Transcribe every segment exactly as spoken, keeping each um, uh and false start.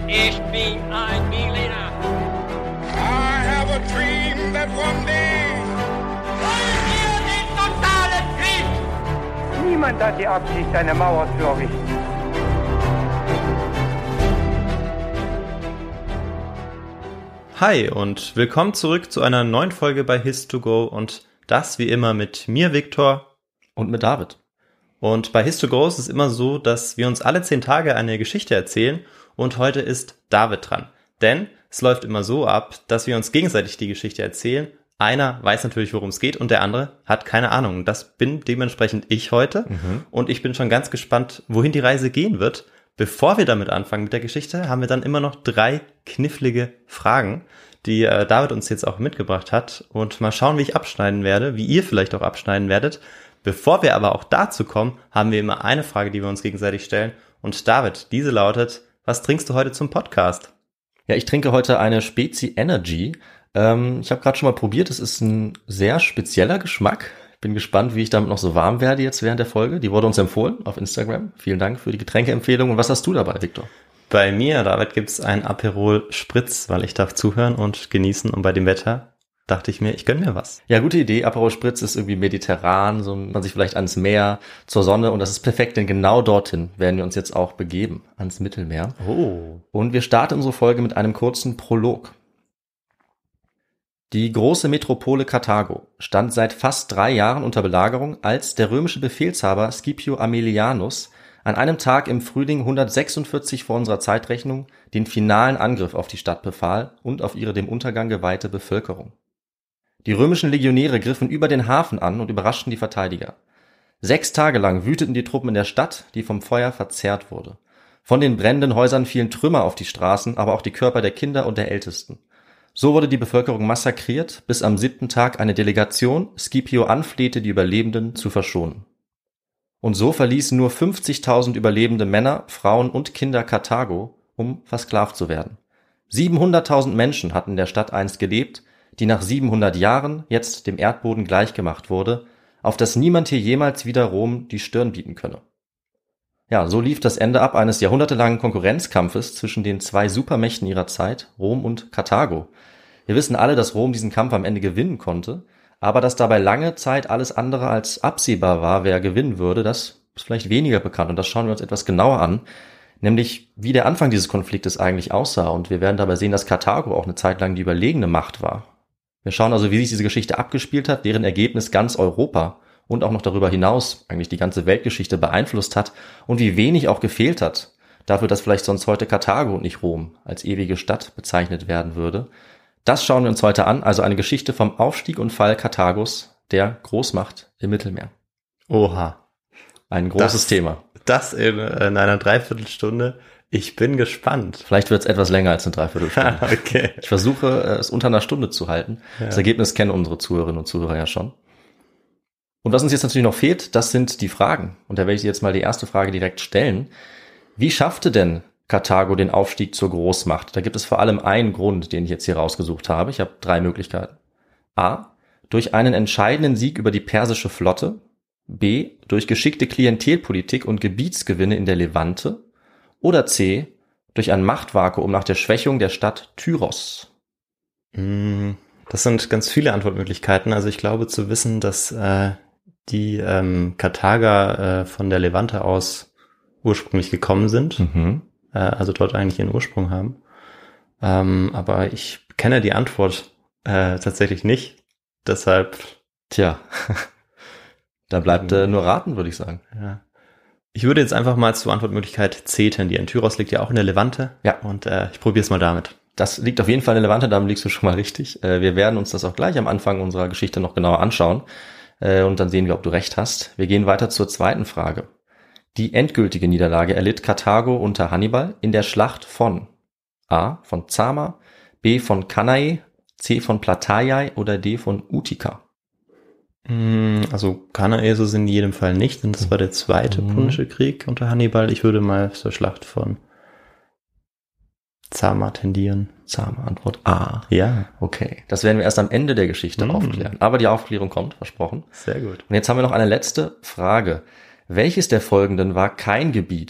Ich bin ein Berliner. I have a dream that one day. Wollen wir den totalen Krieg? Niemand hat die Absicht, eine Mauer zu errichten. Hi und willkommen zurück zu einer neuen Folge bei His to Go und das wie immer mit mir, Viktor. Und mit David. Und bei His to Go ist es immer so, dass wir uns alle zehn Tage eine Geschichte erzählen und heute ist David dran. Denn es läuft immer so ab, dass wir uns gegenseitig die Geschichte erzählen. Einer weiß natürlich, worum es geht und der andere hat keine Ahnung. Das bin dementsprechend ich heute mhm. und ich bin schon ganz gespannt, wohin die Reise gehen wird. Bevor wir damit anfangen mit der Geschichte, haben wir dann immer noch drei knifflige Fragen, die äh, David uns jetzt auch mitgebracht hat. Und mal schauen, wie ich abschneiden werde, wie ihr vielleicht auch abschneiden werdet. Bevor wir aber auch dazu kommen, haben wir immer eine Frage, die wir uns gegenseitig stellen. Und David, diese lautet, was trinkst du heute zum Podcast? Ja, ich trinke heute eine Spezi Energy. Ähm, ich habe gerade schon mal probiert, es ist ein sehr spezieller Geschmack. Bin gespannt, wie ich damit noch so warm werde jetzt während der Folge. Die wurde uns empfohlen auf Instagram. Vielen Dank für die Getränkeempfehlung. Und was hast du dabei, Viktor? Bei mir, David, gibt's ein Aperol Spritz, weil ich darf zuhören und genießen. Und bei dem Wetter dachte ich mir, ich gönn mir was. Ja, gute Idee. Aperol Spritz ist irgendwie mediterran, so man sich vielleicht ans Meer, zur Sonne. Und das ist perfekt, denn genau dorthin werden wir uns jetzt auch begeben, ans Mittelmeer. Oh. Und wir starten unsere Folge mit einem kurzen Prolog. Die große Metropole Karthago stand seit fast drei Jahren unter Belagerung, als der römische Befehlshaber Scipio Aemilianus an einem Tag im Frühling hundertsechsundvierzig vor unserer Zeitrechnung den finalen Angriff auf die Stadt befahl und auf ihre dem Untergang geweihte Bevölkerung. Die römischen Legionäre griffen über den Hafen an und überraschten die Verteidiger. Sechs Tage lang wüteten die Truppen in der Stadt, die vom Feuer verzehrt wurde. Von den brennenden Häusern fielen Trümmer auf die Straßen, aber auch die Körper der Kinder und der Ältesten. So wurde die Bevölkerung massakriert, bis am siebten Tag eine Delegation Scipio anflehte, die Überlebenden zu verschonen. Und so verließen nur fünfzigtausend überlebende Männer, Frauen und Kinder Karthago, um versklavt zu werden. siebenhunderttausend Menschen hatten in der Stadt einst gelebt, die nach siebenhundert Jahren jetzt dem Erdboden gleichgemacht wurde, auf das niemand hier jemals wieder Rom die Stirn bieten könne. Ja, so lief das Ende ab eines jahrhundertelangen Konkurrenzkampfes zwischen den zwei Supermächten ihrer Zeit, Rom und Karthago. Wir wissen alle, dass Rom diesen Kampf am Ende gewinnen konnte, aber dass dabei lange Zeit alles andere als absehbar war, wer gewinnen würde, das ist vielleicht weniger bekannt und das schauen wir uns etwas genauer an, nämlich wie der Anfang dieses Konfliktes eigentlich aussah und wir werden dabei sehen, dass Karthago auch eine Zeit lang die überlegene Macht war. Wir schauen also, wie sich diese Geschichte abgespielt hat, deren Ergebnis ganz Europa und auch noch darüber hinaus eigentlich die ganze Weltgeschichte beeinflusst hat und wie wenig auch gefehlt hat, dafür, dass vielleicht sonst heute Karthago und nicht Rom als ewige Stadt bezeichnet werden würde. Das schauen wir uns heute an, also eine Geschichte vom Aufstieg und Fall Karthagos, der Großmacht im Mittelmeer. Oha. Ein großes das, Thema. Das in, in einer Dreiviertelstunde. Ich bin gespannt. Vielleicht wird es etwas länger als eine Dreiviertelstunde. Okay. Ich versuche, es unter einer Stunde zu halten. Ja. Das Ergebnis kennen unsere Zuhörerinnen und Zuhörer ja schon. Und was uns jetzt natürlich noch fehlt, das sind die Fragen. Und da werde ich jetzt mal die erste Frage direkt stellen. Wie schaffte denn Karthago den Aufstieg zur Großmacht? Da gibt es vor allem einen Grund, den ich jetzt hier rausgesucht habe. Ich habe drei Möglichkeiten. A. Durch einen entscheidenden Sieg über die persische Flotte. B. Durch geschickte Klientelpolitik und Gebietsgewinne in der Levante. Oder C. Durch ein Machtvakuum nach der Schwächung der Stadt Tyros. Das sind ganz viele Antwortmöglichkeiten. Also ich glaube zu wissen, dass äh, die ähm, Karthager äh, von der Levante aus ursprünglich gekommen sind. Mhm. Äh, also dort eigentlich ihren Ursprung haben. Ähm, aber ich kenne die Antwort äh, tatsächlich nicht. Deshalb... Tja, da bleibt äh, nur raten, würde ich sagen. Ja. Ich würde jetzt einfach mal zur Antwortmöglichkeit C tendieren. Tyros liegt ja auch in der Levante. Ja. Und äh, ich probiere es mal damit. Das liegt auf jeden Fall in der Levante, damit liegst du schon mal richtig. Äh, wir werden uns das auch gleich am Anfang unserer Geschichte noch genauer anschauen. Äh, und dann sehen wir, ob du recht hast. Wir gehen weiter zur zweiten Frage. Die endgültige Niederlage erlitt Karthago unter Hannibal in der Schlacht von A. von Zama, B. von Cannae, C. von Plataiae oder D. von Utica. Also Cannae ist es in jedem Fall nicht, denn das war der zweite mhm. Punische Krieg unter Hannibal. Ich würde mal zur Schlacht von Zama tendieren. Zama, Antwort A. Ja. Okay, das werden wir erst am Ende der Geschichte mhm. aufklären. Aber die Aufklärung kommt, versprochen. Sehr gut. Und jetzt haben wir noch eine letzte Frage. Welches der folgenden war kein Gebiet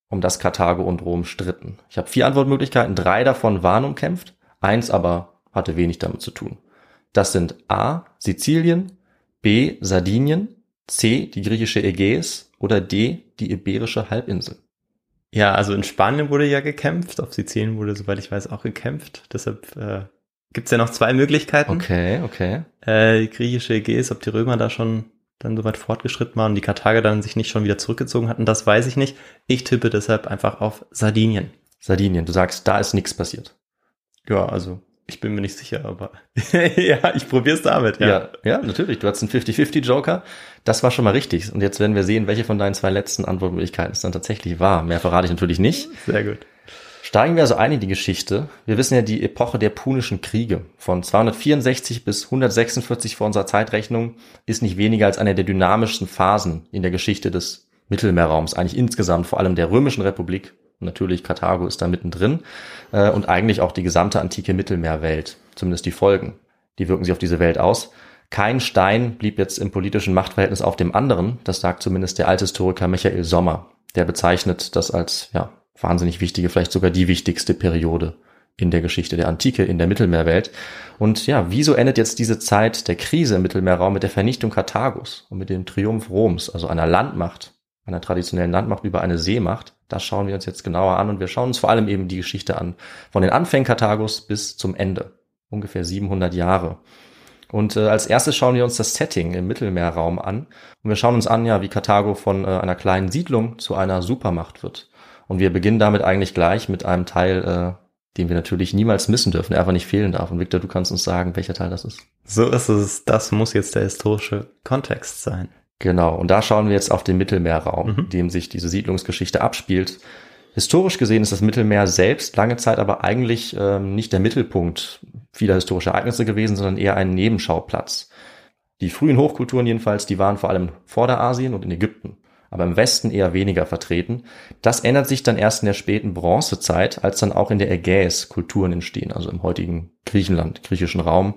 um das Karthago und Rom stritten? Ich habe vier Antwortmöglichkeiten, drei davon waren umkämpft, eins aber hatte wenig damit zu tun. Das sind A. Sizilien, B. Sardinien, C. die griechische Ägäis oder D. die iberische Halbinsel. Ja, also in Spanien wurde ja gekämpft, auf Sizilien wurde, soweit ich weiß, auch gekämpft. Deshalb äh, gibt's ja noch zwei Möglichkeiten. Okay, okay. Äh, die griechische Ägäis, ob die Römer da schon dann so weit fortgeschritten waren und die Karthager dann sich nicht schon wieder zurückgezogen hatten, das weiß ich nicht. Ich tippe deshalb einfach auf Sardinien. Sardinien, du sagst, da ist nichts passiert. Ja, also ich bin mir nicht sicher, aber ja, ich probier's damit. Ja. ja, ja, natürlich. Du hattest einen fünfzig fünfzig Joker. Das war schon mal richtig. Und jetzt werden wir sehen, welche von deinen zwei letzten Antwortmöglichkeiten es dann tatsächlich war. Mehr verrate ich natürlich nicht. Sehr gut. Steigen wir also ein in die Geschichte. Wir wissen ja die Epoche der Punischen Kriege. Von zweihundertvierundsechzig bis hundertsechsundvierzig vor unserer Zeitrechnung ist nicht weniger als eine der dynamischsten Phasen in der Geschichte des Mittelmeerraums. Eigentlich insgesamt, vor allem der Römischen Republik. Natürlich, Karthago ist da mittendrin. Äh, und eigentlich auch die gesamte antike Mittelmeerwelt. Zumindest die Folgen. Die wirken sich auf diese Welt aus. Kein Stein blieb jetzt im politischen Machtverhältnis auf dem anderen. Das sagt zumindest der Althistoriker Michael Sommer. Der bezeichnet das als, ja, wahnsinnig wichtige, vielleicht sogar die wichtigste Periode in der Geschichte der Antike, in der Mittelmeerwelt. Und ja, wieso endet jetzt diese Zeit der Krise im Mittelmeerraum mit der Vernichtung Karthagos und mit dem Triumph Roms, also einer Landmacht, einer traditionellen Landmacht über eine Seemacht? Das schauen wir uns jetzt genauer an und wir schauen uns vor allem eben die Geschichte an, von den Anfängen Karthagos bis zum Ende, ungefähr siebenhundert Jahre. Und äh, als erstes schauen wir uns das Setting im Mittelmeerraum an und wir schauen uns an, ja, wie Karthago von äh, einer kleinen Siedlung zu einer Supermacht wird. Und wir beginnen damit eigentlich gleich mit einem Teil, äh, den wir natürlich niemals missen dürfen, der einfach nicht fehlen darf. Und Victor, du kannst uns sagen, welcher Teil das ist. So ist es. Das muss jetzt der historische Kontext sein. Genau. Und da schauen wir jetzt auf den Mittelmeerraum, Mhm. in dem sich diese Siedlungsgeschichte abspielt. Historisch gesehen ist das Mittelmeer selbst lange Zeit aber eigentlich ähm, nicht der Mittelpunkt vieler historischer Ereignisse gewesen, sondern eher ein Nebenschauplatz. Die frühen Hochkulturen jedenfalls, die waren vor allem in Vorderasien und in Ägypten, aber im Westen eher weniger vertreten. Das ändert sich dann erst in der späten Bronzezeit, als dann auch in der Ägäis Kulturen entstehen, also im heutigen Griechenland, griechischen Raum.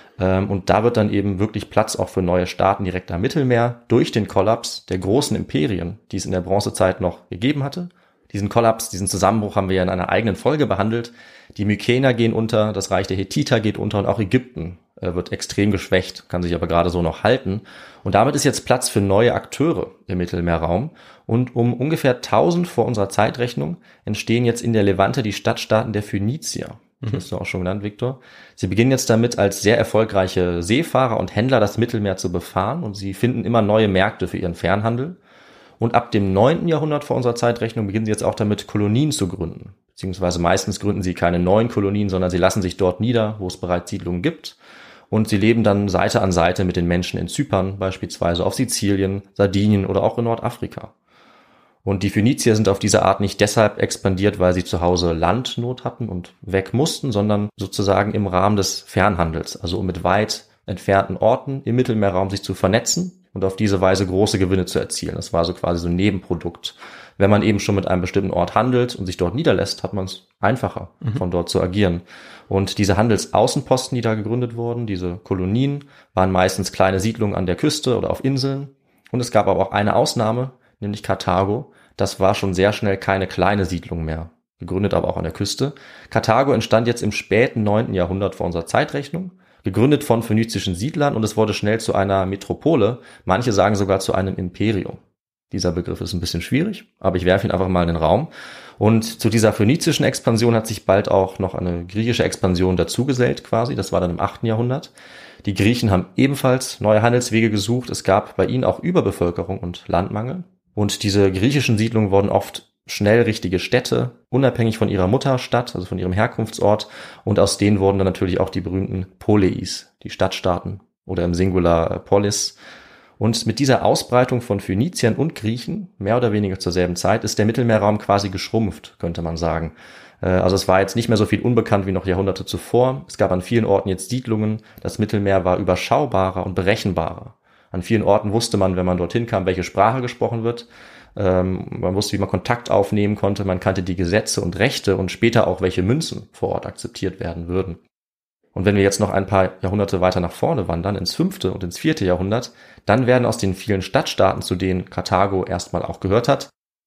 Und da wird dann eben wirklich Platz auch für neue Staaten direkt am Mittelmeer durch den Kollaps der großen Imperien, die es in der Bronzezeit noch gegeben hatte. Diesen Kollaps, diesen Zusammenbruch haben wir ja in einer eigenen Folge behandelt. Die Mykener gehen unter, das Reich der Hethiter geht unter und auch Ägypten äh, wird extrem geschwächt, kann sich aber gerade so noch halten. Und damit ist jetzt Platz für neue Akteure im Mittelmeerraum. Und um ungefähr tausend vor unserer Zeitrechnung entstehen jetzt in der Levante die Stadtstaaten der Phönizier. Das hast du auch schon genannt, Victor. Sie beginnen jetzt damit, als sehr erfolgreiche Seefahrer und Händler das Mittelmeer zu befahren und sie finden immer neue Märkte für ihren Fernhandel. Und ab dem neunten Jahrhundert vor unserer Zeitrechnung beginnen sie jetzt auch damit, Kolonien zu gründen. Beziehungsweise meistens gründen sie keine neuen Kolonien, sondern sie lassen sich dort nieder, wo es bereits Siedlungen gibt. Und sie leben dann Seite an Seite mit den Menschen in Zypern, beispielsweise auf Sizilien, Sardinien oder auch in Nordafrika. Und die Phönizier sind auf diese Art nicht deshalb expandiert, weil sie zu Hause Landnot hatten und weg mussten, sondern sozusagen im Rahmen des Fernhandels, also um mit weit entfernten Orten im Mittelmeerraum sich zu vernetzen und auf diese Weise große Gewinne zu erzielen. Das war so quasi so ein Nebenprodukt. Wenn man eben schon mit einem bestimmten Ort handelt und sich dort niederlässt, hat man es einfacher, mhm. von dort zu agieren. Und diese Handelsaußenposten, die da gegründet wurden, diese Kolonien, waren meistens kleine Siedlungen an der Küste oder auf Inseln. Und es gab aber auch eine Ausnahme, nämlich Karthago. Das war schon sehr schnell keine kleine Siedlung mehr, gegründet aber auch an der Küste. Karthago entstand jetzt im späten neunten Jahrhundert vor unserer Zeitrechnung, gegründet von phönizischen Siedlern und es wurde schnell zu einer Metropole, manche sagen sogar zu einem Imperium. Dieser Begriff ist ein bisschen schwierig, aber ich werfe ihn einfach mal in den Raum. Und zu dieser phönizischen Expansion hat sich bald auch noch eine griechische Expansion dazugesellt quasi, das war dann im achten Jahrhundert. Die Griechen haben ebenfalls neue Handelswege gesucht, es gab bei ihnen auch Überbevölkerung und Landmangel. Und diese griechischen Siedlungen wurden oft schnell richtige Städte, unabhängig von ihrer Mutterstadt, also von ihrem Herkunftsort. Und aus denen wurden dann natürlich auch die berühmten Poleis, die Stadtstaaten oder im Singular Polis. Und mit dieser Ausbreitung von Phöniziern und Griechen, mehr oder weniger zur selben Zeit, ist der Mittelmeerraum quasi geschrumpft, könnte man sagen. Also es war jetzt nicht mehr so viel unbekannt wie noch Jahrhunderte zuvor. Es gab an vielen Orten jetzt Siedlungen. Das Mittelmeer war überschaubarer und berechenbarer. An vielen Orten wusste man, wenn man dorthin kam, welche Sprache gesprochen wird. Ähm, man wusste, wie man Kontakt aufnehmen konnte. Man kannte die Gesetze und Rechte und später auch, welche Münzen vor Ort akzeptiert werden würden. Und wenn wir jetzt noch ein paar Jahrhunderte weiter nach vorne wandern, ins fünfte und ins vierte Jahrhundert, dann werden aus den vielen Stadtstaaten, zu denen Karthago erstmal auch gehört hat,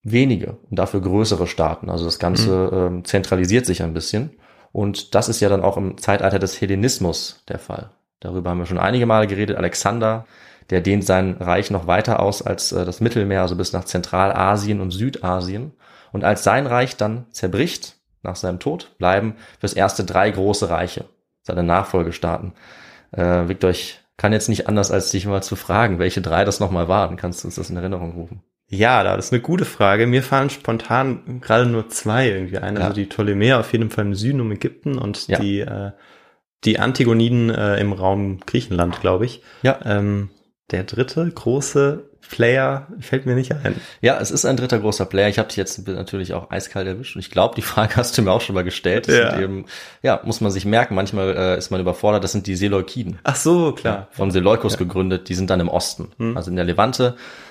wenige und dafür größere Staaten. Also das Ganze mhm. ähm, zentralisiert sich ein bisschen. Und das ist ja dann auch im Zeitalter des Hellenismus der Fall. Darüber haben wir schon einige Male geredet. Alexander, der dehnt sein Reich noch weiter aus als äh, das Mittelmeer, also bis nach Zentralasien und Südasien. Und als sein Reich dann zerbricht, nach seinem Tod, bleiben fürs erste drei große Reiche, seine Nachfolgestaaten. Äh, Victor, ich kann jetzt nicht anders, als dich mal zu fragen, welche drei das nochmal waren. Kannst du uns das in Erinnerung rufen? Ja, das ist eine gute Frage. Mir fallen spontan gerade nur zwei irgendwie ein. Also ja. die Ptolemäer auf jeden Fall im Süden um Ägypten und ja. die äh, die Antigoniden äh, im Raum Griechenland, glaube ich. Ja. Ähm, der dritte große Player fällt mir nicht ein. Ja, es ist ein dritter großer Player. Ich habe dich jetzt natürlich auch eiskalt erwischt. Und ich glaube, die Frage hast du mir auch schon mal gestellt. Das ja. sind eben, ja, muss man sich merken. Manchmal äh, ist man überfordert. Das sind die Seleukiden. Ach so, klar. Von Seleukos ja. gegründet. Die sind dann im Osten, hm. also in der Levante.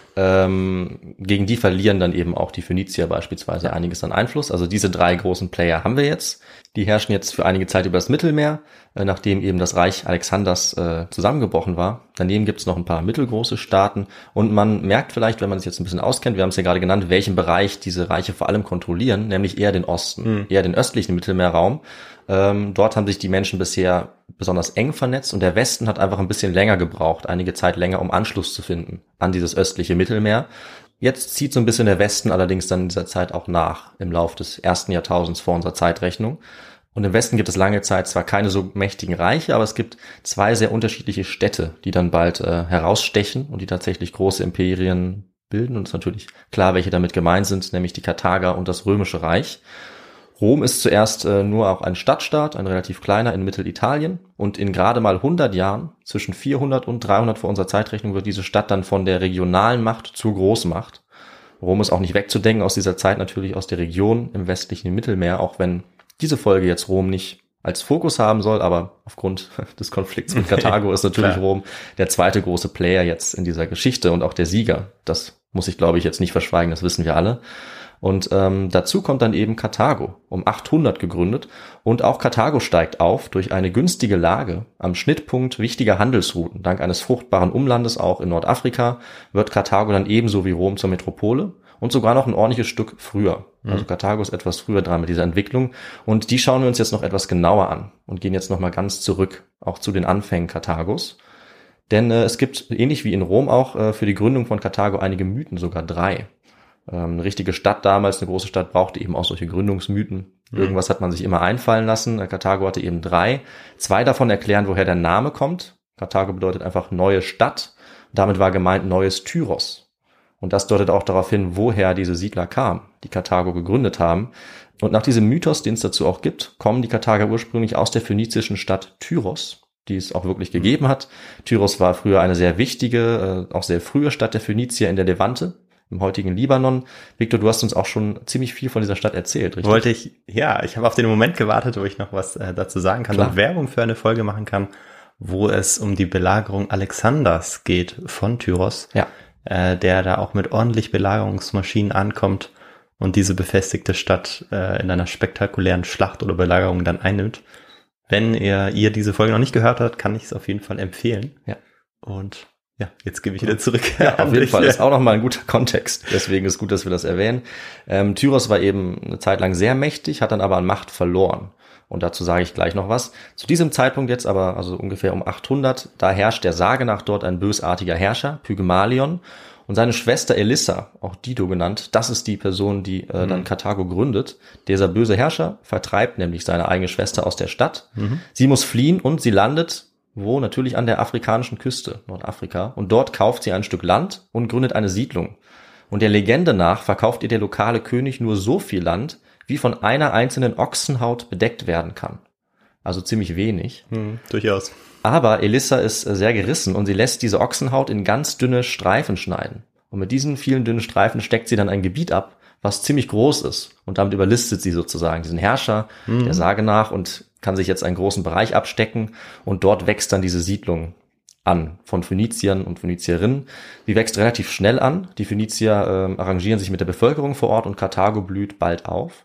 Ähm, gegen die verlieren dann eben auch die Phönizier beispielsweise einiges an Einfluss. Also diese drei großen Player haben wir jetzt. Die herrschen jetzt für einige Zeit über das Mittelmeer, äh, nachdem eben das Reich Alexanders äh, zusammengebrochen war. Daneben gibt es noch ein paar mittelgroße Staaten und man merkt vielleicht, wenn man sich jetzt ein bisschen auskennt, wir haben es ja gerade genannt, welchen Bereich diese Reiche vor allem kontrollieren, nämlich eher den Osten, mhm. eher den östlichen Mittelmeerraum. Ähm, dort haben sich die Menschen bisher besonders eng vernetzt und der Westen hat einfach ein bisschen länger gebraucht, einige Zeit länger, um Anschluss zu finden an dieses östliche Mittelmeer. Jetzt zieht so ein bisschen der Westen allerdings dann in dieser Zeit auch nach, im Lauf des ersten Jahrtausends vor unserer Zeitrechnung. Und im Westen gibt es lange Zeit zwar keine so mächtigen Reiche, aber es gibt zwei sehr unterschiedliche Städte, die dann bald äh, herausstechen und die tatsächlich große Imperien bilden. Und es ist natürlich klar, welche damit gemeint sind, nämlich die Karthager und das Römische Reich. Rom ist zuerst äh, nur auch ein Stadtstaat, ein relativ kleiner in Mittelitalien. Und in gerade mal hundert Jahren, zwischen vierhundert und dreihundert vor unserer Zeitrechnung, wird diese Stadt dann von der regionalen Macht zur Großmacht. Rom ist auch nicht wegzudenken aus dieser Zeit, natürlich aus der Region im westlichen Mittelmeer, auch wenn diese Folge jetzt Rom nicht als Fokus haben soll, aber aufgrund des Konflikts mit Karthago ist natürlich Rom der zweite große Player jetzt in dieser Geschichte und auch der Sieger. Das muss ich, glaube ich, jetzt nicht verschweigen, das wissen wir alle. Und ähm, dazu kommt dann eben Karthago, um achthundert gegründet. Und auch Karthago steigt auf durch eine günstige Lage am Schnittpunkt wichtiger Handelsrouten. Dank eines fruchtbaren Umlandes auch in Nordafrika wird Karthago dann ebenso wie Rom zur Metropole und sogar noch ein ordentliches Stück früher. Also Karthago ist etwas früher dran mit dieser Entwicklung. Und die schauen wir uns jetzt noch etwas genauer an und gehen jetzt nochmal ganz zurück, auch zu den Anfängen Karthagos. Denn äh, es gibt, ähnlich wie in Rom auch, äh, für die Gründung von Karthago einige Mythen, sogar drei. Ähm, eine richtige Stadt damals, eine große Stadt, brauchte eben auch solche Gründungsmythen. Mhm. Irgendwas hat man sich immer einfallen lassen. Äh, Karthago hatte eben drei. Zwei davon erklären, woher der Name kommt. Karthago bedeutet einfach neue Stadt. Damit war gemeint neues Tyros. Und das deutet auch darauf hin, woher diese Siedler kamen, die Karthago gegründet haben. Und nach diesem Mythos, den es dazu auch gibt, kommen die Karthager ursprünglich aus der phönizischen Stadt Tyros, die es auch wirklich gegeben hat. Tyros war früher eine sehr wichtige, auch sehr frühe Stadt der Phönizier in der Levante, im heutigen Libanon. Victor, du hast uns auch schon ziemlich viel von dieser Stadt erzählt, richtig? Wollte ich, ja, ich habe auf den Moment gewartet, wo ich noch was äh, dazu sagen kann Klar. und Werbung für eine Folge machen kann, wo es um die Belagerung Alexanders geht von Tyros. Ja. Äh, der da auch mit ordentlich Belagerungsmaschinen ankommt und diese befestigte Stadt äh, in einer spektakulären Schlacht oder Belagerung dann einnimmt. Wenn ihr, ihr diese Folge noch nicht gehört habt, kann ich es auf jeden Fall empfehlen. Ja. Und ja, jetzt gebe ich wieder zurück. Ja, auf jeden Fall. Ist auch nochmal ein guter Kontext. Deswegen ist gut, dass wir das erwähnen. Ähm, Tyros war eben eine Zeit lang sehr mächtig, hat dann aber an Macht verloren. Und dazu sage ich gleich noch was. Zu diesem Zeitpunkt jetzt aber, also ungefähr um achthundert, da herrscht der Sage nach dort ein bösartiger Herrscher, Pygmalion. Und seine Schwester Elissa, auch Dido genannt, das ist die Person, die äh, dann mhm. Karthago gründet. Dieser böse Herrscher vertreibt nämlich seine eigene Schwester aus der Stadt. Mhm. Sie muss fliehen und sie landet, wo? Natürlich an der afrikanischen Küste, Nordafrika. Und dort kauft sie ein Stück Land und gründet eine Siedlung. Und der Legende nach verkauft ihr der lokale König nur so viel Land, wie von einer einzelnen Ochsenhaut bedeckt werden kann. Also ziemlich wenig. Hm, durchaus. Aber Elissa ist sehr gerissen und sie lässt diese Ochsenhaut in ganz dünne Streifen schneiden. Und mit diesen vielen dünnen Streifen steckt sie dann ein Gebiet ab, was ziemlich groß ist. Und damit überlistet sie sozusagen diesen Herrscher, hm. der Sage nach, und kann sich jetzt einen großen Bereich abstecken. Und dort wächst dann diese Siedlung an von Phöniziern und Phönizierinnen. Die wächst relativ schnell an. Die Phönizier äh, arrangieren sich mit der Bevölkerung vor Ort und Karthago blüht bald auf.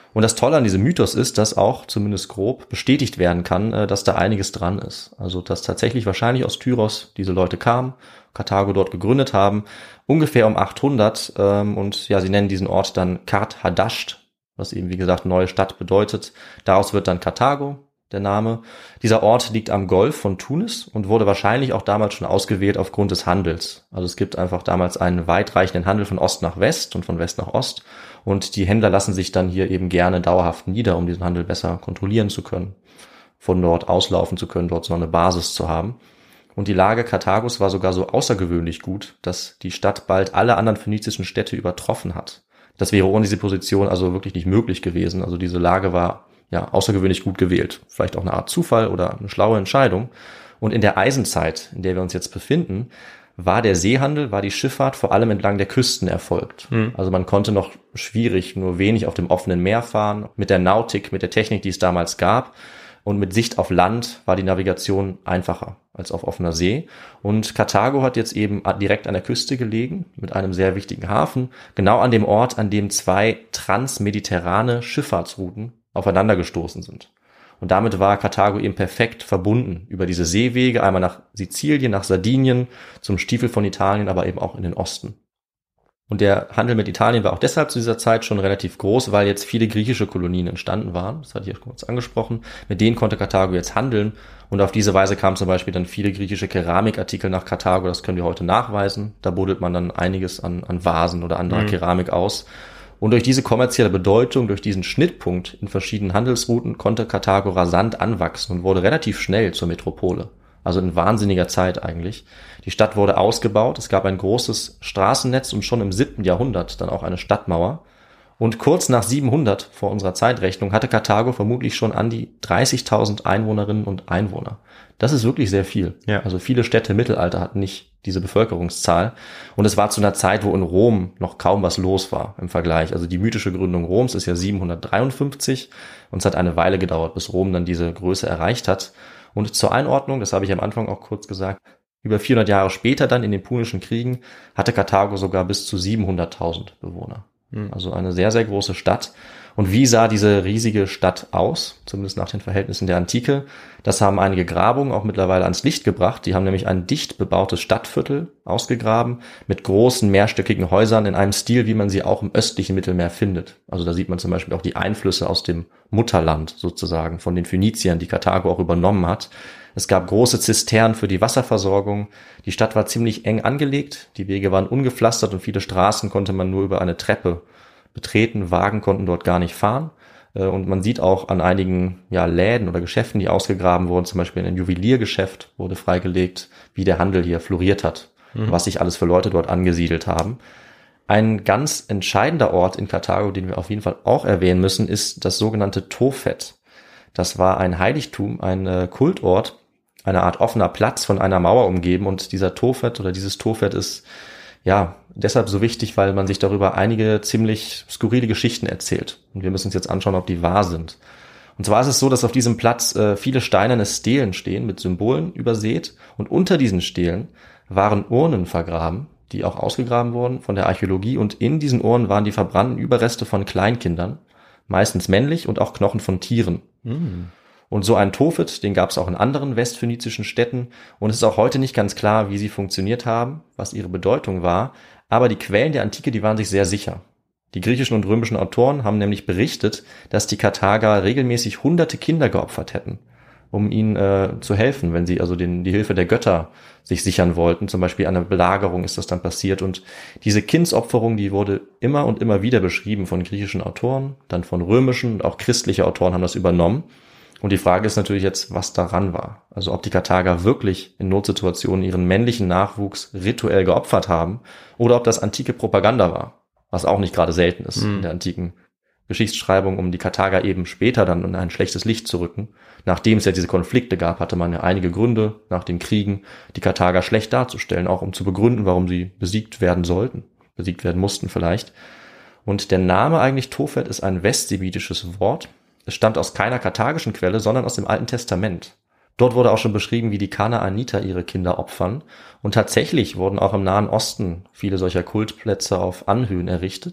Und das Tolle an diesem Mythos ist, dass auch zumindest grob bestätigt werden kann, dass da einiges dran ist. Also dass tatsächlich wahrscheinlich aus Tyros diese Leute kamen, Karthago dort gegründet haben, ungefähr um achthundert. Und ja, sie nennen diesen Ort dann Kart Hadasht, was eben wie gesagt neue Stadt bedeutet. Daraus wird dann Karthago der Name. Dieser Ort liegt am Golf von Tunis und wurde wahrscheinlich auch damals schon ausgewählt aufgrund des Handels. Also es gibt einfach damals einen weitreichenden Handel von Ost nach West und von West nach Ost. Und die Händler lassen sich dann hier eben gerne dauerhaft nieder, um diesen Handel besser kontrollieren zu können, von dort auslaufen zu können, dort so eine Basis zu haben. Und die Lage Karthagos war sogar so außergewöhnlich gut, dass die Stadt bald alle anderen phönizischen Städte übertroffen hat. Das wäre ohne diese Position also wirklich nicht möglich gewesen. Also diese Lage war ja außergewöhnlich gut gewählt. Vielleicht auch eine Art Zufall oder eine schlaue Entscheidung. Und in der Eisenzeit, in der wir uns jetzt befinden, war der Seehandel, war die Schifffahrt vor allem entlang der Küsten erfolgt. Mhm. Also man konnte noch schwierig, nur wenig auf dem offenen Meer fahren. Mit der Nautik, mit der Technik, die es damals gab. Und mit Sicht auf Land war die Navigation einfacher als auf offener See. Und Karthago hat jetzt eben direkt an der Küste gelegen, mit einem sehr wichtigen Hafen. Genau an dem Ort, an dem zwei transmediterrane Schifffahrtsrouten aufeinander gestoßen sind. Und damit war Karthago eben perfekt verbunden über diese Seewege, einmal nach Sizilien, nach Sardinien, zum Stiefel von Italien, aber eben auch in den Osten. Und der Handel mit Italien war auch deshalb zu dieser Zeit schon relativ groß, weil jetzt viele griechische Kolonien entstanden waren. Das hatte ich ja kurz angesprochen. Mit denen konnte Karthago jetzt handeln. Und auf diese Weise kamen zum Beispiel dann viele griechische Keramikartikel nach Karthago. Das können wir heute nachweisen. Da buddelt man dann einiges an, an Vasen oder anderer mhm. Keramik aus. Und durch diese kommerzielle Bedeutung, durch diesen Schnittpunkt in verschiedenen Handelsrouten konnte Karthago rasant anwachsen und wurde relativ schnell zur Metropole. Also in wahnsinniger Zeit eigentlich. Die Stadt wurde ausgebaut, es gab ein großes Straßennetz und schon im siebten Jahrhundert dann auch eine Stadtmauer. Und kurz nach siebenhundert vor unserer Zeitrechnung hatte Karthago vermutlich schon an die dreißigtausend Einwohnerinnen und Einwohner. Das ist wirklich sehr viel. Ja. Also viele Städte im Mittelalter hatten nicht diese Bevölkerungszahl. Und es war zu einer Zeit, wo in Rom noch kaum was los war im Vergleich. Also die mythische Gründung Roms ist ja siebenhundertdreiundfünfzig und es hat eine Weile gedauert, bis Rom dann diese Größe erreicht hat. Und zur Einordnung, das habe ich am Anfang auch kurz gesagt, über vierhundert Jahre später dann in den Punischen Kriegen hatte Karthago sogar bis zu siebenhunderttausend Bewohner. Mhm. Also eine sehr, sehr große Stadt. Und wie sah diese riesige Stadt aus, zumindest nach den Verhältnissen der Antike? Das haben einige Grabungen auch mittlerweile ans Licht gebracht. Die haben nämlich ein dicht bebautes Stadtviertel ausgegraben mit großen mehrstöckigen Häusern in einem Stil, wie man sie auch im östlichen Mittelmeer findet. Also da sieht man zum Beispiel auch die Einflüsse aus dem Mutterland sozusagen von den Phöniziern, die Karthago auch übernommen hat. Es gab große Zisternen für die Wasserversorgung. Die Stadt war ziemlich eng angelegt. Die Wege waren ungepflastert und viele Straßen konnte man nur über eine Treppe betreten. Wagen konnten dort gar nicht fahren. Und man sieht auch an einigen ja, Läden oder Geschäften, die ausgegraben wurden, zum Beispiel ein Juweliergeschäft wurde freigelegt, wie der Handel hier floriert hat, mhm. was sich alles für Leute dort angesiedelt haben. Ein ganz entscheidender Ort in Karthago, den wir auf jeden Fall auch erwähnen müssen, ist das sogenannte Tophet. Das war ein Heiligtum, ein äh, Kultort, eine Art offener Platz von einer Mauer umgeben. Und dieser Tophet oder dieses Tophet ist ja deshalb so wichtig, weil man sich darüber einige ziemlich skurrile Geschichten erzählt. Und wir müssen uns jetzt anschauen, ob die wahr sind. Und zwar ist es so, dass auf diesem Platz äh, viele steinerne Stelen stehen, mit Symbolen übersät. Und unter diesen Stelen waren Urnen vergraben, die auch ausgegraben wurden von der Archäologie. Und in diesen Urnen waren die verbrannten Überreste von Kleinkindern, meistens männlich, und auch Knochen von Tieren. Mhm. Und so ein Tophet, den gab es auch in anderen westphönizischen Städten. Und es ist auch heute nicht ganz klar, wie sie funktioniert haben, was ihre Bedeutung war. Aber die Quellen der Antike, die waren sich sehr sicher. Die griechischen und römischen Autoren haben nämlich berichtet, dass die Karthager regelmäßig hunderte Kinder geopfert hätten, um ihnen äh, zu helfen, wenn sie also den, die Hilfe der Götter sich sichern wollten. Zum Beispiel an einer Belagerung ist das dann passiert. Und diese Kindsopferung, die wurde immer und immer wieder beschrieben von griechischen Autoren, dann von römischen und auch christliche Autoren haben das übernommen. Und die Frage ist natürlich jetzt, was daran war. Also ob die Karthager wirklich in Notsituationen ihren männlichen Nachwuchs rituell geopfert haben oder ob das antike Propaganda war, was auch nicht gerade selten ist mhm. in der antiken Geschichtsschreibung, um die Karthager eben später dann in ein schlechtes Licht zu rücken. Nachdem es ja diese Konflikte gab, hatte man ja einige Gründe nach den Kriegen, die Karthager schlecht darzustellen, auch um zu begründen, warum sie besiegt werden sollten, besiegt werden mussten vielleicht. Und der Name eigentlich Tophet ist ein westsemitisches Wort. Es stammt aus keiner karthagischen Quelle, sondern aus dem Alten Testament. Dort wurde auch schon beschrieben, wie die Kanaaniter ihre Kinder opfern. Und tatsächlich wurden auch im Nahen Osten viele solcher Kultplätze auf Anhöhen errichtet.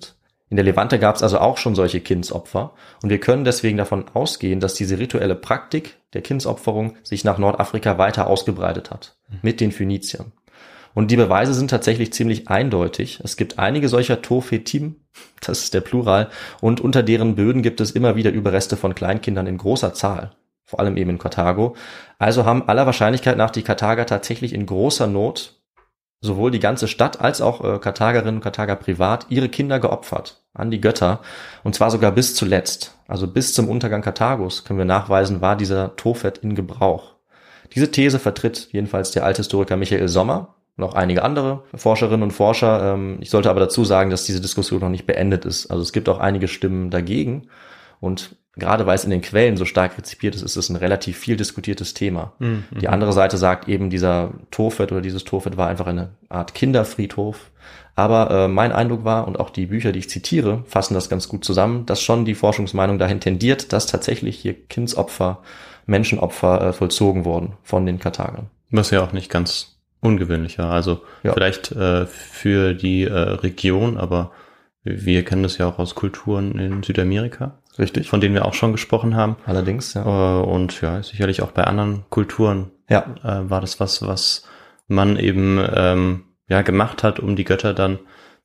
In der Levante gab es also auch schon solche Kindsopfer und wir können deswegen davon ausgehen, dass diese rituelle Praktik der Kindsopferung sich nach Nordafrika weiter ausgebreitet hat, mit den Phöniziern. Und die Beweise sind tatsächlich ziemlich eindeutig. Es gibt einige solcher Tophetim, das ist der Plural, und unter deren Böden gibt es immer wieder Überreste von Kleinkindern in großer Zahl, vor allem eben in Karthago. Also haben aller Wahrscheinlichkeit nach die Karthager tatsächlich in großer Not sowohl die ganze Stadt als auch äh, Karthagerinnen und Karthager privat ihre Kinder geopfert an die Götter, und zwar sogar bis zuletzt. Also bis zum Untergang Karthagos können wir nachweisen, war dieser Tophet in Gebrauch. Diese These vertritt jedenfalls der Althistoriker Michael Sommer, noch einige andere Forscherinnen und Forscher. Ähm, ich sollte aber dazu sagen, dass diese Diskussion noch nicht beendet ist. Also es gibt auch einige Stimmen dagegen, und gerade weil es in den Quellen so stark rezipiert ist, ist es ein relativ viel diskutiertes Thema. Mhm. Die andere Seite sagt eben, dieser Tophet oder dieses Tophet war einfach eine Art Kinderfriedhof. Aber äh, mein Eindruck war, und auch die Bücher, die ich zitiere, fassen das ganz gut zusammen, dass schon die Forschungsmeinung dahin tendiert, dass tatsächlich hier Kindsopfer, Menschenopfer äh, vollzogen wurden von den Karthagern. Was ja auch nicht ganz ungewöhnlich war. Also ja. vielleicht äh, für die äh, Region, aber wir kennen das ja auch aus Kulturen in Südamerika. Richtig. Von denen wir auch schon gesprochen haben. Allerdings, ja. Und ja, sicherlich auch bei anderen Kulturen ja. äh, war das was, was man eben ähm, ja gemacht hat, um die Götter dann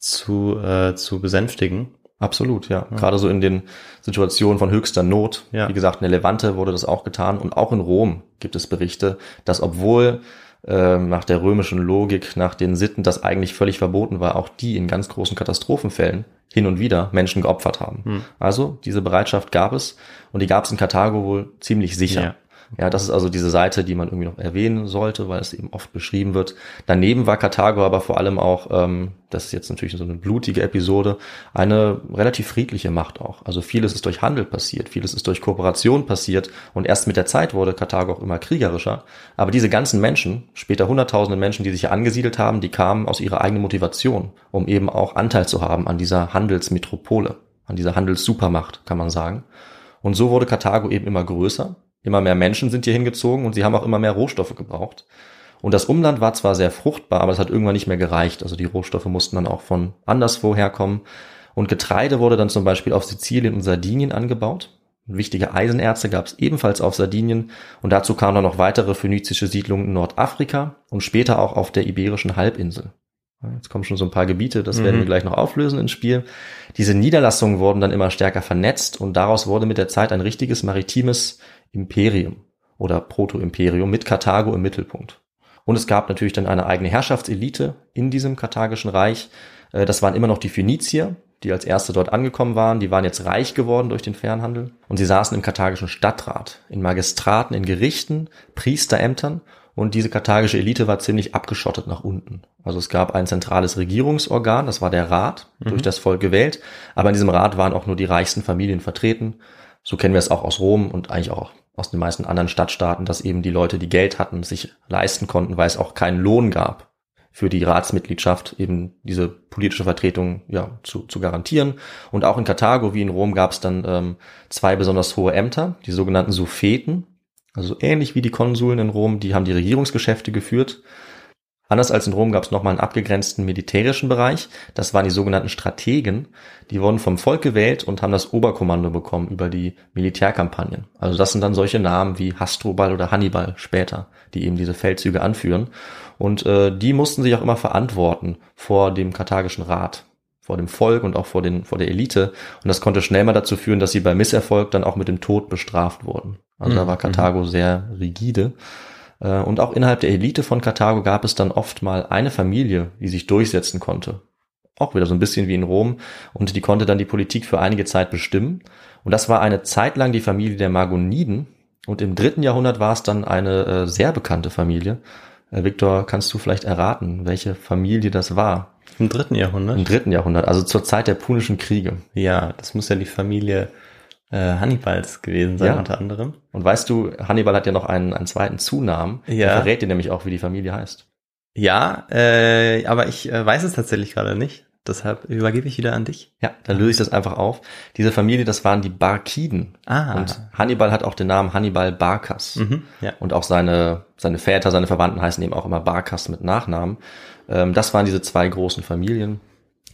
zu äh, zu besänftigen. Absolut, ja. ja. Gerade so in den Situationen von höchster Not. Ja. Wie gesagt, in der Levante wurde das auch getan. Und auch in Rom gibt es Berichte, dass obwohl äh, nach der römischen Logik, nach den Sitten, das eigentlich völlig verboten war, auch die in ganz großen Katastrophenfällen hin und wieder Menschen geopfert haben. Hm. Also diese Bereitschaft gab es, und die gab es in Karthago wohl ziemlich sicher. Ja. Ja, das ist also diese Seite, die man irgendwie noch erwähnen sollte, weil es eben oft beschrieben wird. Daneben war Karthago aber vor allem auch, ähm, das ist jetzt natürlich so eine blutige Episode, eine relativ friedliche Macht auch. Also vieles ist durch Handel passiert, vieles ist durch Kooperation passiert, und erst mit der Zeit wurde Karthago auch immer kriegerischer. Aber diese ganzen Menschen, später hunderttausende Menschen, die sich hier angesiedelt haben, die kamen aus ihrer eigenen Motivation, um eben auch Anteil zu haben an dieser Handelsmetropole, an dieser Handelssupermacht, kann man sagen. Und so wurde Karthago eben immer größer. Immer mehr Menschen sind hier hingezogen, und sie haben auch immer mehr Rohstoffe gebraucht. Und das Umland war zwar sehr fruchtbar, aber es hat irgendwann nicht mehr gereicht. Also die Rohstoffe mussten dann auch von anderswo herkommen. Und Getreide wurde dann zum Beispiel auf Sizilien und Sardinien angebaut. Wichtige Eisenerze gab es ebenfalls auf Sardinien. Und dazu kamen dann noch weitere phönizische Siedlungen in Nordafrika und später auch auf der Iberischen Halbinsel. Jetzt kommen schon so ein paar Gebiete, das mhm. werden wir gleich noch auflösen ins Spiel. Diese Niederlassungen wurden dann immer stärker vernetzt, und daraus wurde mit der Zeit ein richtiges maritimes Imperium oder Proto-Imperium mit Karthago im Mittelpunkt. Und es gab natürlich dann eine eigene Herrschaftselite in diesem karthagischen Reich. Das waren immer noch die Phönizier, die als erste dort angekommen waren. Die waren jetzt reich geworden durch den Fernhandel. Und sie saßen im karthagischen Stadtrat, in Magistraten, in Gerichten, Priesterämtern. Und diese karthagische Elite war ziemlich abgeschottet nach unten. Also es gab ein zentrales Regierungsorgan, das war der Rat, mhm. durch das Volk gewählt. Aber in diesem Rat waren auch nur die reichsten Familien vertreten. So kennen wir es auch aus Rom und eigentlich auch aus den meisten anderen Stadtstaaten, dass eben die Leute, die Geld hatten, sich leisten konnten, weil es auch keinen Lohn gab, für die Ratsmitgliedschaft eben diese politische Vertretung ja zu, zu garantieren. Und auch in Karthago wie in Rom gab es dann ähm, zwei besonders hohe Ämter, die sogenannten Suffeten, also ähnlich wie die Konsuln in Rom, die haben die Regierungsgeschäfte geführt. Anders als in Rom gab es nochmal einen abgegrenzten militärischen Bereich. Das waren die sogenannten Strategen. Die wurden vom Volk gewählt und haben das Oberkommando bekommen über die Militärkampagnen. Also das sind dann solche Namen wie Hasdrubal oder Hannibal später, die eben diese Feldzüge anführen. Und äh, die mussten sich auch immer verantworten vor dem karthagischen Rat, vor dem Volk und auch vor, den, vor der Elite. Und das konnte schnell mal dazu führen, dass sie bei Misserfolg dann auch mit dem Tod bestraft wurden. Also mhm. da war Karthago sehr rigide. Und auch innerhalb der Elite von Karthago gab es dann oft mal eine Familie, die sich durchsetzen konnte. Auch wieder so ein bisschen wie in Rom. Und die konnte dann die Politik für einige Zeit bestimmen. Und das war eine Zeit lang die Familie der Magoniden. Und im dritten Jahrhundert war es dann eine äh, sehr bekannte Familie. Äh, Viktor, kannst du vielleicht erraten, welche Familie das war? Im dritten Jahrhundert? Im dritten Jahrhundert, also zur Zeit der Punischen Kriege. Ja, das muss ja die Familie Äh, Hannibals gewesen sein, ja. unter anderem. Und weißt du, Hannibal hat ja noch einen, einen zweiten Zunamen. Ja. Der verrät dir nämlich auch, wie die Familie heißt. Ja, äh, aber ich äh, weiß es tatsächlich gerade nicht. Deshalb übergebe ich wieder an dich. Ja, dann löse ich das einfach auf. Diese Familie, das waren die Barkiden. Ah. Und Hannibal hat auch den Namen Hannibal Barkas. Mhm, ja. Und auch seine, seine Väter, seine Verwandten heißen eben auch immer Barkas mit Nachnamen. Ähm, das waren diese zwei großen Familien.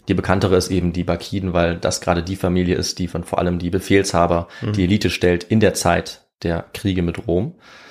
Die bekanntere ist eben die Barkiden, weil das gerade die Familie ist, die von vor allem die Befehlshaber, mhm. die Elite stellt in der Zeit der Kriege mit Rom.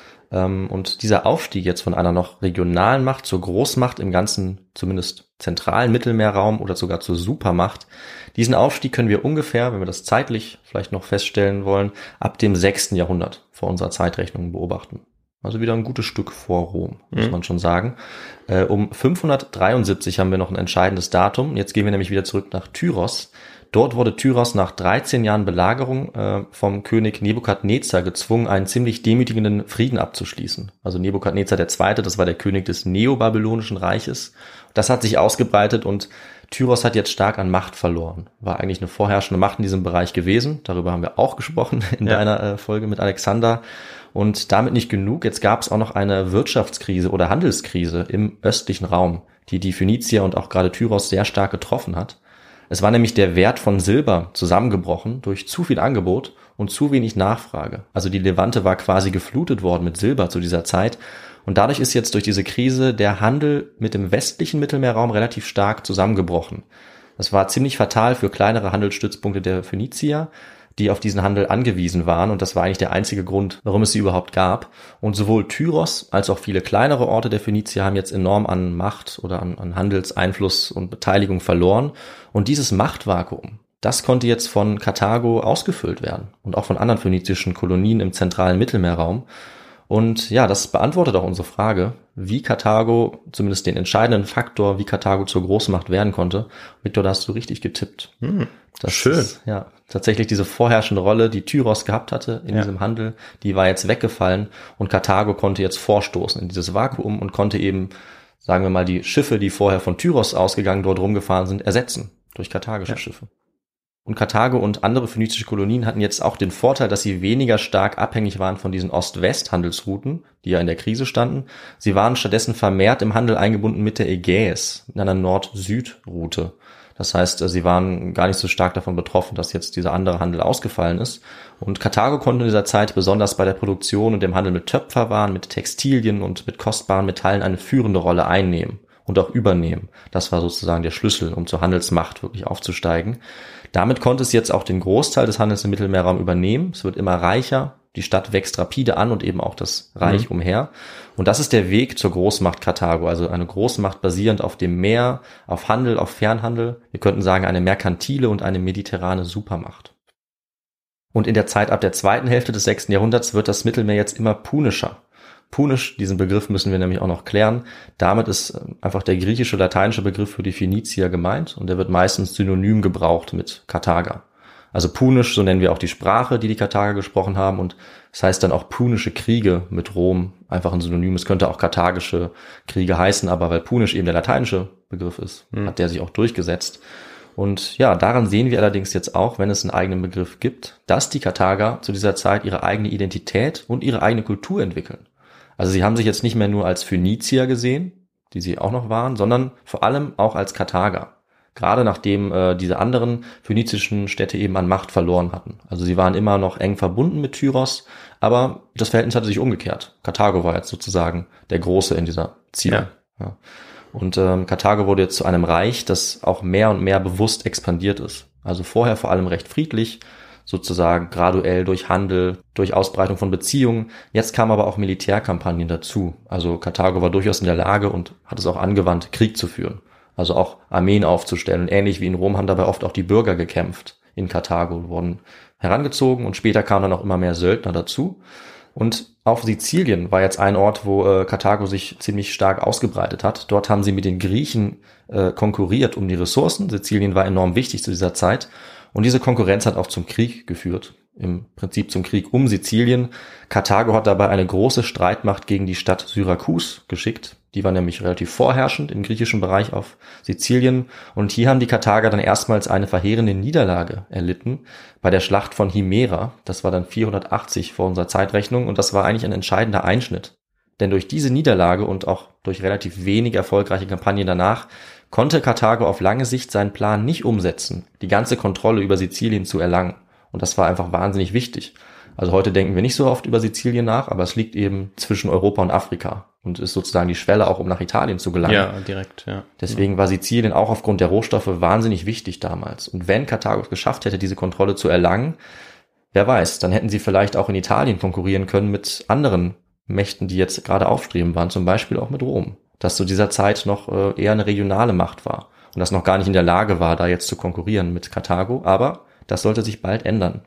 Und dieser Aufstieg jetzt von einer noch regionalen Macht zur Großmacht im ganzen, zumindest zentralen Mittelmeerraum oder sogar zur Supermacht, diesen Aufstieg können wir ungefähr, wenn wir das zeitlich vielleicht noch feststellen wollen, ab dem sechsten Jahrhundert vor unserer Zeitrechnung beobachten. Also wieder ein gutes Stück vor Rom, muss mhm. man schon sagen. Äh, um fünfhundertdreiundsiebzig haben wir noch ein entscheidendes Datum. Jetzt gehen wir nämlich wieder zurück nach Tyros. Dort wurde Tyros nach dreizehn Jahren Belagerung äh, vom König Nebukadnezar gezwungen, einen ziemlich demütigenden Frieden abzuschließen. Also Nebukadnezar der Zweite, das war der König des Neobabylonischen Reiches. Das hat sich ausgebreitet und Tyros hat jetzt stark an Macht verloren. War eigentlich eine vorherrschende Macht in diesem Bereich gewesen. Darüber haben wir auch gesprochen in ja. deiner äh, Folge mit Alexander. Und damit nicht genug. Jetzt gab es auch noch eine Wirtschaftskrise oder Handelskrise im östlichen Raum, die die Phönizier und auch gerade Tyros sehr stark getroffen hat. Es war nämlich der Wert von Silber zusammengebrochen durch zu viel Angebot und zu wenig Nachfrage. Also die Levante war quasi geflutet worden mit Silber zu dieser Zeit. Und dadurch ist jetzt durch diese Krise der Handel mit dem westlichen Mittelmeerraum relativ stark zusammengebrochen. Das war ziemlich fatal für kleinere Handelsstützpunkte der Phönizier, die auf diesen Handel angewiesen waren. Und das war eigentlich der einzige Grund, warum es sie überhaupt gab. Und sowohl Tyros als auch viele kleinere Orte der Phönizier haben jetzt enorm an Macht oder an, an Handelseinfluss und Beteiligung verloren. Und dieses Machtvakuum, das konnte jetzt von Karthago ausgefüllt werden und auch von anderen phönizischen Kolonien im zentralen Mittelmeerraum. Und ja, das beantwortet auch unsere Frage, wie Karthago, zumindest den entscheidenden Faktor, wie Karthago zur Großmacht werden konnte. Victor, da hast du richtig getippt. Hm, das schön. Ist, ja, tatsächlich diese vorherrschende Rolle, die Tyros gehabt hatte in ja. diesem Handel, die war jetzt weggefallen und Karthago konnte jetzt vorstoßen in dieses Vakuum und konnte eben, sagen wir mal, die Schiffe, die vorher von Tyros ausgegangen dort rumgefahren sind, ersetzen durch karthagische ja. Schiffe. Und Karthago und andere phönizische Kolonien hatten jetzt auch den Vorteil, dass sie weniger stark abhängig waren von diesen Ost-West-Handelsrouten, die ja in der Krise standen. Sie waren stattdessen vermehrt im Handel eingebunden mit der Ägäis, in einer Nord-Süd-Route. Das heißt, sie waren gar nicht so stark davon betroffen, dass jetzt dieser andere Handel ausgefallen ist. Und Karthago konnte in dieser Zeit besonders bei der Produktion und dem Handel mit Töpferwaren, mit Textilien und mit kostbaren Metallen eine führende Rolle einnehmen und auch übernehmen. Das war sozusagen der Schlüssel, um zur Handelsmacht wirklich aufzusteigen. Damit konnte es jetzt auch den Großteil des Handels im Mittelmeerraum übernehmen. Es wird immer reicher, die Stadt wächst rapide an und eben auch das Reich mhm. umher. Und das ist der Weg zur Großmacht Karthago, also eine Großmacht basierend auf dem Meer, auf Handel, auf Fernhandel. Wir könnten sagen, eine merkantile und eine mediterrane Supermacht. Und in der Zeit ab der zweiten Hälfte des sechsten Jahrhunderts wird das Mittelmeer jetzt immer punischer. Punisch, diesen Begriff müssen wir nämlich auch noch klären. Damit ist einfach der griechische, lateinische Begriff für die Phönizier gemeint und der wird meistens synonym gebraucht mit Karthager. Also Punisch, so nennen wir auch die Sprache, die die Karthager gesprochen haben und das heißt dann auch punische Kriege mit Rom, einfach ein Synonym. Es könnte auch karthagische Kriege heißen, aber weil Punisch eben der lateinische Begriff ist, mhm. hat der sich auch durchgesetzt. Und ja, daran sehen wir allerdings jetzt auch, wenn es einen eigenen Begriff gibt, dass die Karthager zu dieser Zeit ihre eigene Identität und ihre eigene Kultur entwickeln. Also sie haben sich jetzt nicht mehr nur als Phönizier gesehen, die sie auch noch waren, sondern vor allem auch als Karthager. Gerade nachdem äh, diese anderen phönizischen Städte eben an Macht verloren hatten. Also sie waren immer noch eng verbunden mit Tyros, aber das Verhältnis hatte sich umgekehrt. Karthago war jetzt sozusagen der Große in dieser Ziel. Ja. Ja. Und ähm, Karthago wurde jetzt zu einem Reich, das auch mehr und mehr bewusst expandiert ist. Also vorher vor allem recht friedlich, sozusagen graduell durch Handel, durch Ausbreitung von Beziehungen. Jetzt kamen aber auch Militärkampagnen dazu. Also Karthago war durchaus in der Lage und hat es auch angewandt, Krieg zu führen. Also auch Armeen aufzustellen. Und ähnlich wie in Rom haben dabei oft auch die Bürger gekämpft. In Karthago wurden herangezogen und später kamen dann auch immer mehr Söldner dazu. Und auf Sizilien war jetzt ein Ort, wo äh, Karthago sich ziemlich stark ausgebreitet hat. Dort haben sie mit den Griechen äh, konkurriert um die Ressourcen. Sizilien war enorm wichtig zu dieser Zeit. Und diese Konkurrenz hat auch zum Krieg geführt, im Prinzip zum Krieg um Sizilien. Karthago hat dabei eine große Streitmacht gegen die Stadt Syrakus geschickt. Die war nämlich relativ vorherrschend im griechischen Bereich auf Sizilien. Und hier haben die Karthager dann erstmals eine verheerende Niederlage erlitten bei der Schlacht von Himera. Das war dann vierhundertachtzig vor unserer Zeitrechnung und das war eigentlich ein entscheidender Einschnitt. Denn durch diese Niederlage und auch durch relativ wenig erfolgreiche Kampagnen danach konnte Karthago auf lange Sicht seinen Plan nicht umsetzen, die ganze Kontrolle über Sizilien zu erlangen. Und das war einfach wahnsinnig wichtig. Also heute denken wir nicht so oft über Sizilien nach, aber es liegt eben zwischen Europa und Afrika und ist sozusagen die Schwelle auch, um nach Italien zu gelangen. Ja, direkt, ja. Deswegen war Sizilien auch aufgrund der Rohstoffe wahnsinnig wichtig damals. Und wenn Karthago es geschafft hätte, diese Kontrolle zu erlangen, wer weiß, dann hätten sie vielleicht auch in Italien konkurrieren können mit anderen Mächten, die jetzt gerade aufstreben waren, zum Beispiel auch mit Rom, das zu dieser Zeit noch äh, eher eine regionale Macht war und das noch gar nicht in der Lage war, da jetzt zu konkurrieren mit Karthago, aber das sollte sich bald ändern.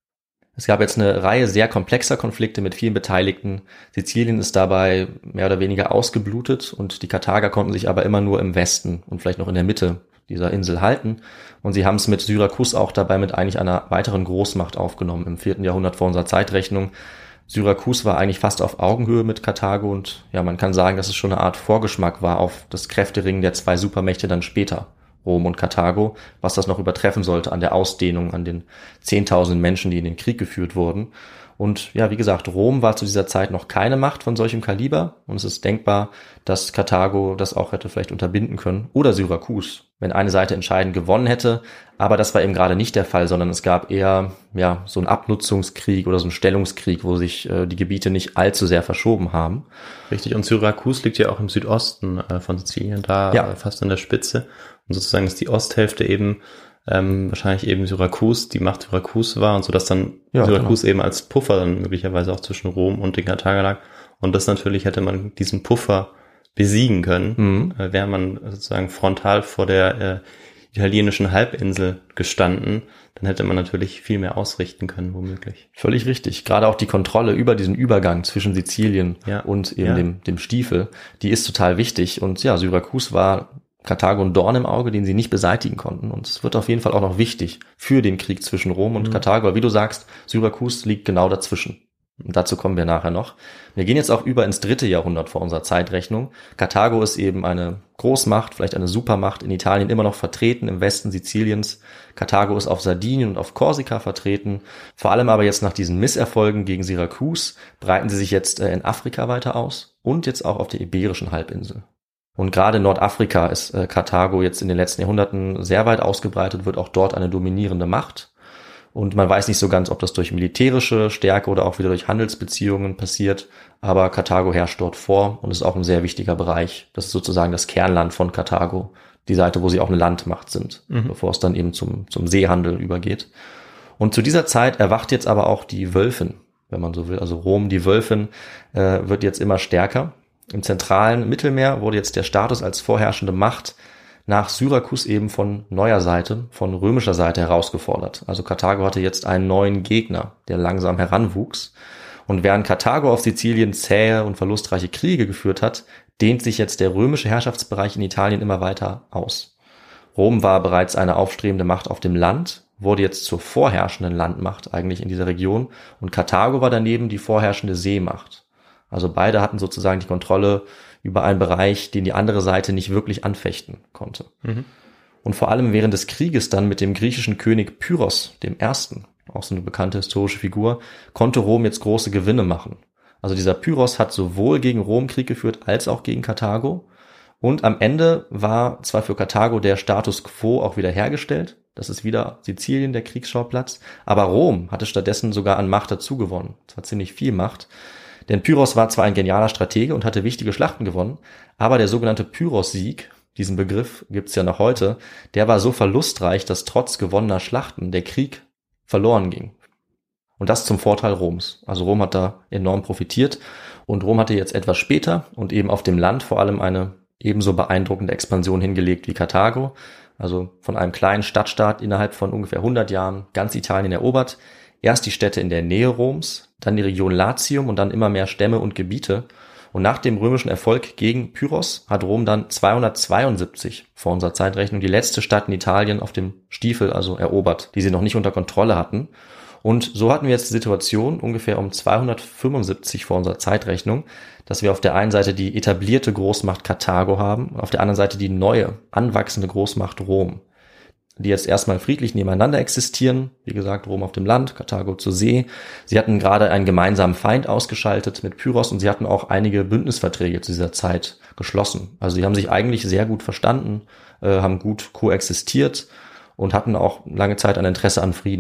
Es gab jetzt eine Reihe sehr komplexer Konflikte mit vielen Beteiligten. Sizilien ist dabei mehr oder weniger ausgeblutet und die Karthager konnten sich aber immer nur im Westen und vielleicht noch in der Mitte dieser Insel halten. Und sie haben es mit Syrakus auch dabei mit eigentlich einer weiteren Großmacht aufgenommen im vierten Jahrhundert vor unserer Zeitrechnung. Syrakus war eigentlich fast auf Augenhöhe mit Karthago und ja, man kann sagen, dass es schon eine Art Vorgeschmack war auf das Kräfteringen der zwei Supermächte dann später, Rom und Karthago, was das noch übertreffen sollte an der Ausdehnung, an den zehntausend Menschen, die in den Krieg geführt wurden. Und ja, wie gesagt, Rom war zu dieser Zeit noch keine Macht von solchem Kaliber und es ist denkbar, dass Karthago das auch hätte vielleicht unterbinden können oder Syrakus, wenn eine Seite entscheidend gewonnen hätte. Aber das war eben gerade nicht der Fall, sondern es gab eher ja so einen Abnutzungskrieg oder so einen Stellungskrieg, wo sich äh, die Gebiete nicht allzu sehr verschoben haben. Richtig, und Syrakus liegt ja auch im Südosten äh, von Sizilien, da ja. äh, fast an der Spitze. Und sozusagen ist die Osthälfte eben ähm, wahrscheinlich eben Syrakus, die Macht Syrakus war und so, dass dann ja, Syrakus genau. eben als Puffer dann möglicherweise auch zwischen Rom und den Karthager lag. Und das natürlich hätte man diesen Puffer besiegen können, mhm. äh, wäre man sozusagen frontal vor der äh, italienischen Halbinsel gestanden, dann hätte man natürlich viel mehr ausrichten können, womöglich. Völlig richtig. Gerade auch die Kontrolle über diesen Übergang zwischen Sizilien ja. und eben ja. dem, dem Stiefel, die ist total wichtig. Und ja, Syrakus war Karthago ein Dorn im Auge, den sie nicht beseitigen konnten. Und es wird auf jeden Fall auch noch wichtig für den Krieg zwischen Rom und mhm. Karthago. Aber wie du sagst, Syrakus liegt genau dazwischen. Und dazu kommen wir nachher noch. Wir gehen jetzt auch über ins dritte Jahrhundert vor unserer Zeitrechnung. Karthago ist eben eine Großmacht, vielleicht eine Supermacht, in Italien immer noch vertreten, im Westen Siziliens. Karthago ist auf Sardinien und auf Korsika vertreten. Vor allem aber jetzt nach diesen Misserfolgen gegen Syrakus breiten sie sich jetzt in Afrika weiter aus und jetzt auch auf der Iberischen Halbinsel. Und gerade in Nordafrika ist Karthago jetzt in den letzten Jahrhunderten sehr weit ausgebreitet, wird auch dort eine dominierende Macht. Und man weiß nicht so ganz, ob das durch militärische Stärke oder auch wieder durch Handelsbeziehungen passiert. Aber Karthago herrscht dort vor und ist auch ein sehr wichtiger Bereich. Das ist sozusagen das Kernland von Karthago. Die Seite, wo sie auch eine Landmacht sind, mhm. bevor es dann eben zum, zum Seehandel übergeht. Und zu dieser Zeit erwacht jetzt aber auch die Wölfin, wenn man so will. Also Rom, die Wölfin, äh, wird jetzt immer stärker. Im zentralen Mittelmeer wurde jetzt der Status als vorherrschende Macht nach Syrakus eben von neuer Seite, von römischer Seite herausgefordert. Also Karthago hatte jetzt einen neuen Gegner, der langsam heranwuchs. Und während Karthago auf Sizilien zähe und verlustreiche Kriege geführt hat, dehnt sich jetzt der römische Herrschaftsbereich in Italien immer weiter aus. Rom war bereits eine aufstrebende Macht auf dem Land, wurde jetzt zur vorherrschenden Landmacht eigentlich in dieser Region und Karthago war daneben die vorherrschende Seemacht. Also beide hatten sozusagen die Kontrolle über einen Bereich, den die andere Seite nicht wirklich anfechten konnte. Mhm. Und vor allem während des Krieges dann mit dem griechischen König Pyrrhos, dem Ersten, auch so eine bekannte historische Figur, konnte Rom jetzt große Gewinne machen. Also dieser Pyrrhos hat sowohl gegen Rom Krieg geführt als auch gegen Karthago. Und am Ende war zwar für Karthago der Status quo auch wieder hergestellt, das ist wieder Sizilien der Kriegsschauplatz, aber Rom hatte stattdessen sogar an Macht dazugewonnen. Zwar ziemlich viel Macht. Denn Pyrrhos war zwar ein genialer Stratege und hatte wichtige Schlachten gewonnen, aber der sogenannte Pyrrhos-Sieg, diesen Begriff gibt's ja noch heute, der war so verlustreich, dass trotz gewonnener Schlachten der Krieg verloren ging. Und das zum Vorteil Roms. Also Rom hat da enorm profitiert und Rom hatte jetzt etwas später und eben auf dem Land vor allem eine ebenso beeindruckende Expansion hingelegt wie Karthago. Also von einem kleinen Stadtstaat innerhalb von ungefähr hundert Jahren ganz Italien erobert. Erst die Städte in der Nähe Roms, dann die Region Latium und dann immer mehr Stämme und Gebiete. Und nach dem römischen Erfolg gegen Pyrrhos hat Rom dann zweihundertzweiundsiebzig vor unserer Zeitrechnung die letzte Stadt in Italien auf dem Stiefel also erobert, die sie noch nicht unter Kontrolle hatten. Und so hatten wir jetzt die Situation ungefähr um zweihundertfünfundsiebzig vor unserer Zeitrechnung, dass wir auf der einen Seite die etablierte Großmacht Karthago haben und auf der anderen Seite die neue, anwachsende Großmacht Rom, die jetzt erstmal friedlich nebeneinander existieren. Wie gesagt, Rom auf dem Land, Karthago zur See. Sie hatten gerade einen gemeinsamen Feind ausgeschaltet mit Pyrrhos und sie hatten auch einige Bündnisverträge zu dieser Zeit geschlossen. Also sie haben sich eigentlich sehr gut verstanden, äh, haben gut koexistiert und hatten auch lange Zeit ein Interesse an Frieden.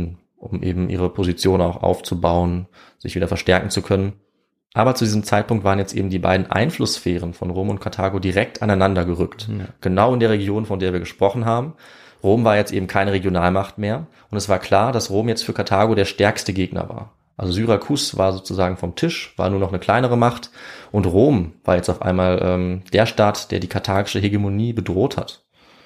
um eben ihre Position auch aufzubauen, sich wieder verstärken zu können. Aber zu diesem Zeitpunkt waren jetzt eben die beiden Einflusssphären von Rom und Karthago direkt aneinander gerückt. Ja. Genau in der Region, von der wir gesprochen haben. Rom war jetzt eben keine Regionalmacht mehr. Und es war klar, dass Rom jetzt für Karthago der stärkste Gegner war. Also Syrakus war sozusagen vom Tisch, war nur noch eine kleinere Macht. Und Rom war jetzt auf einmal ähm, der Staat, der die karthagische Hegemonie bedroht hat.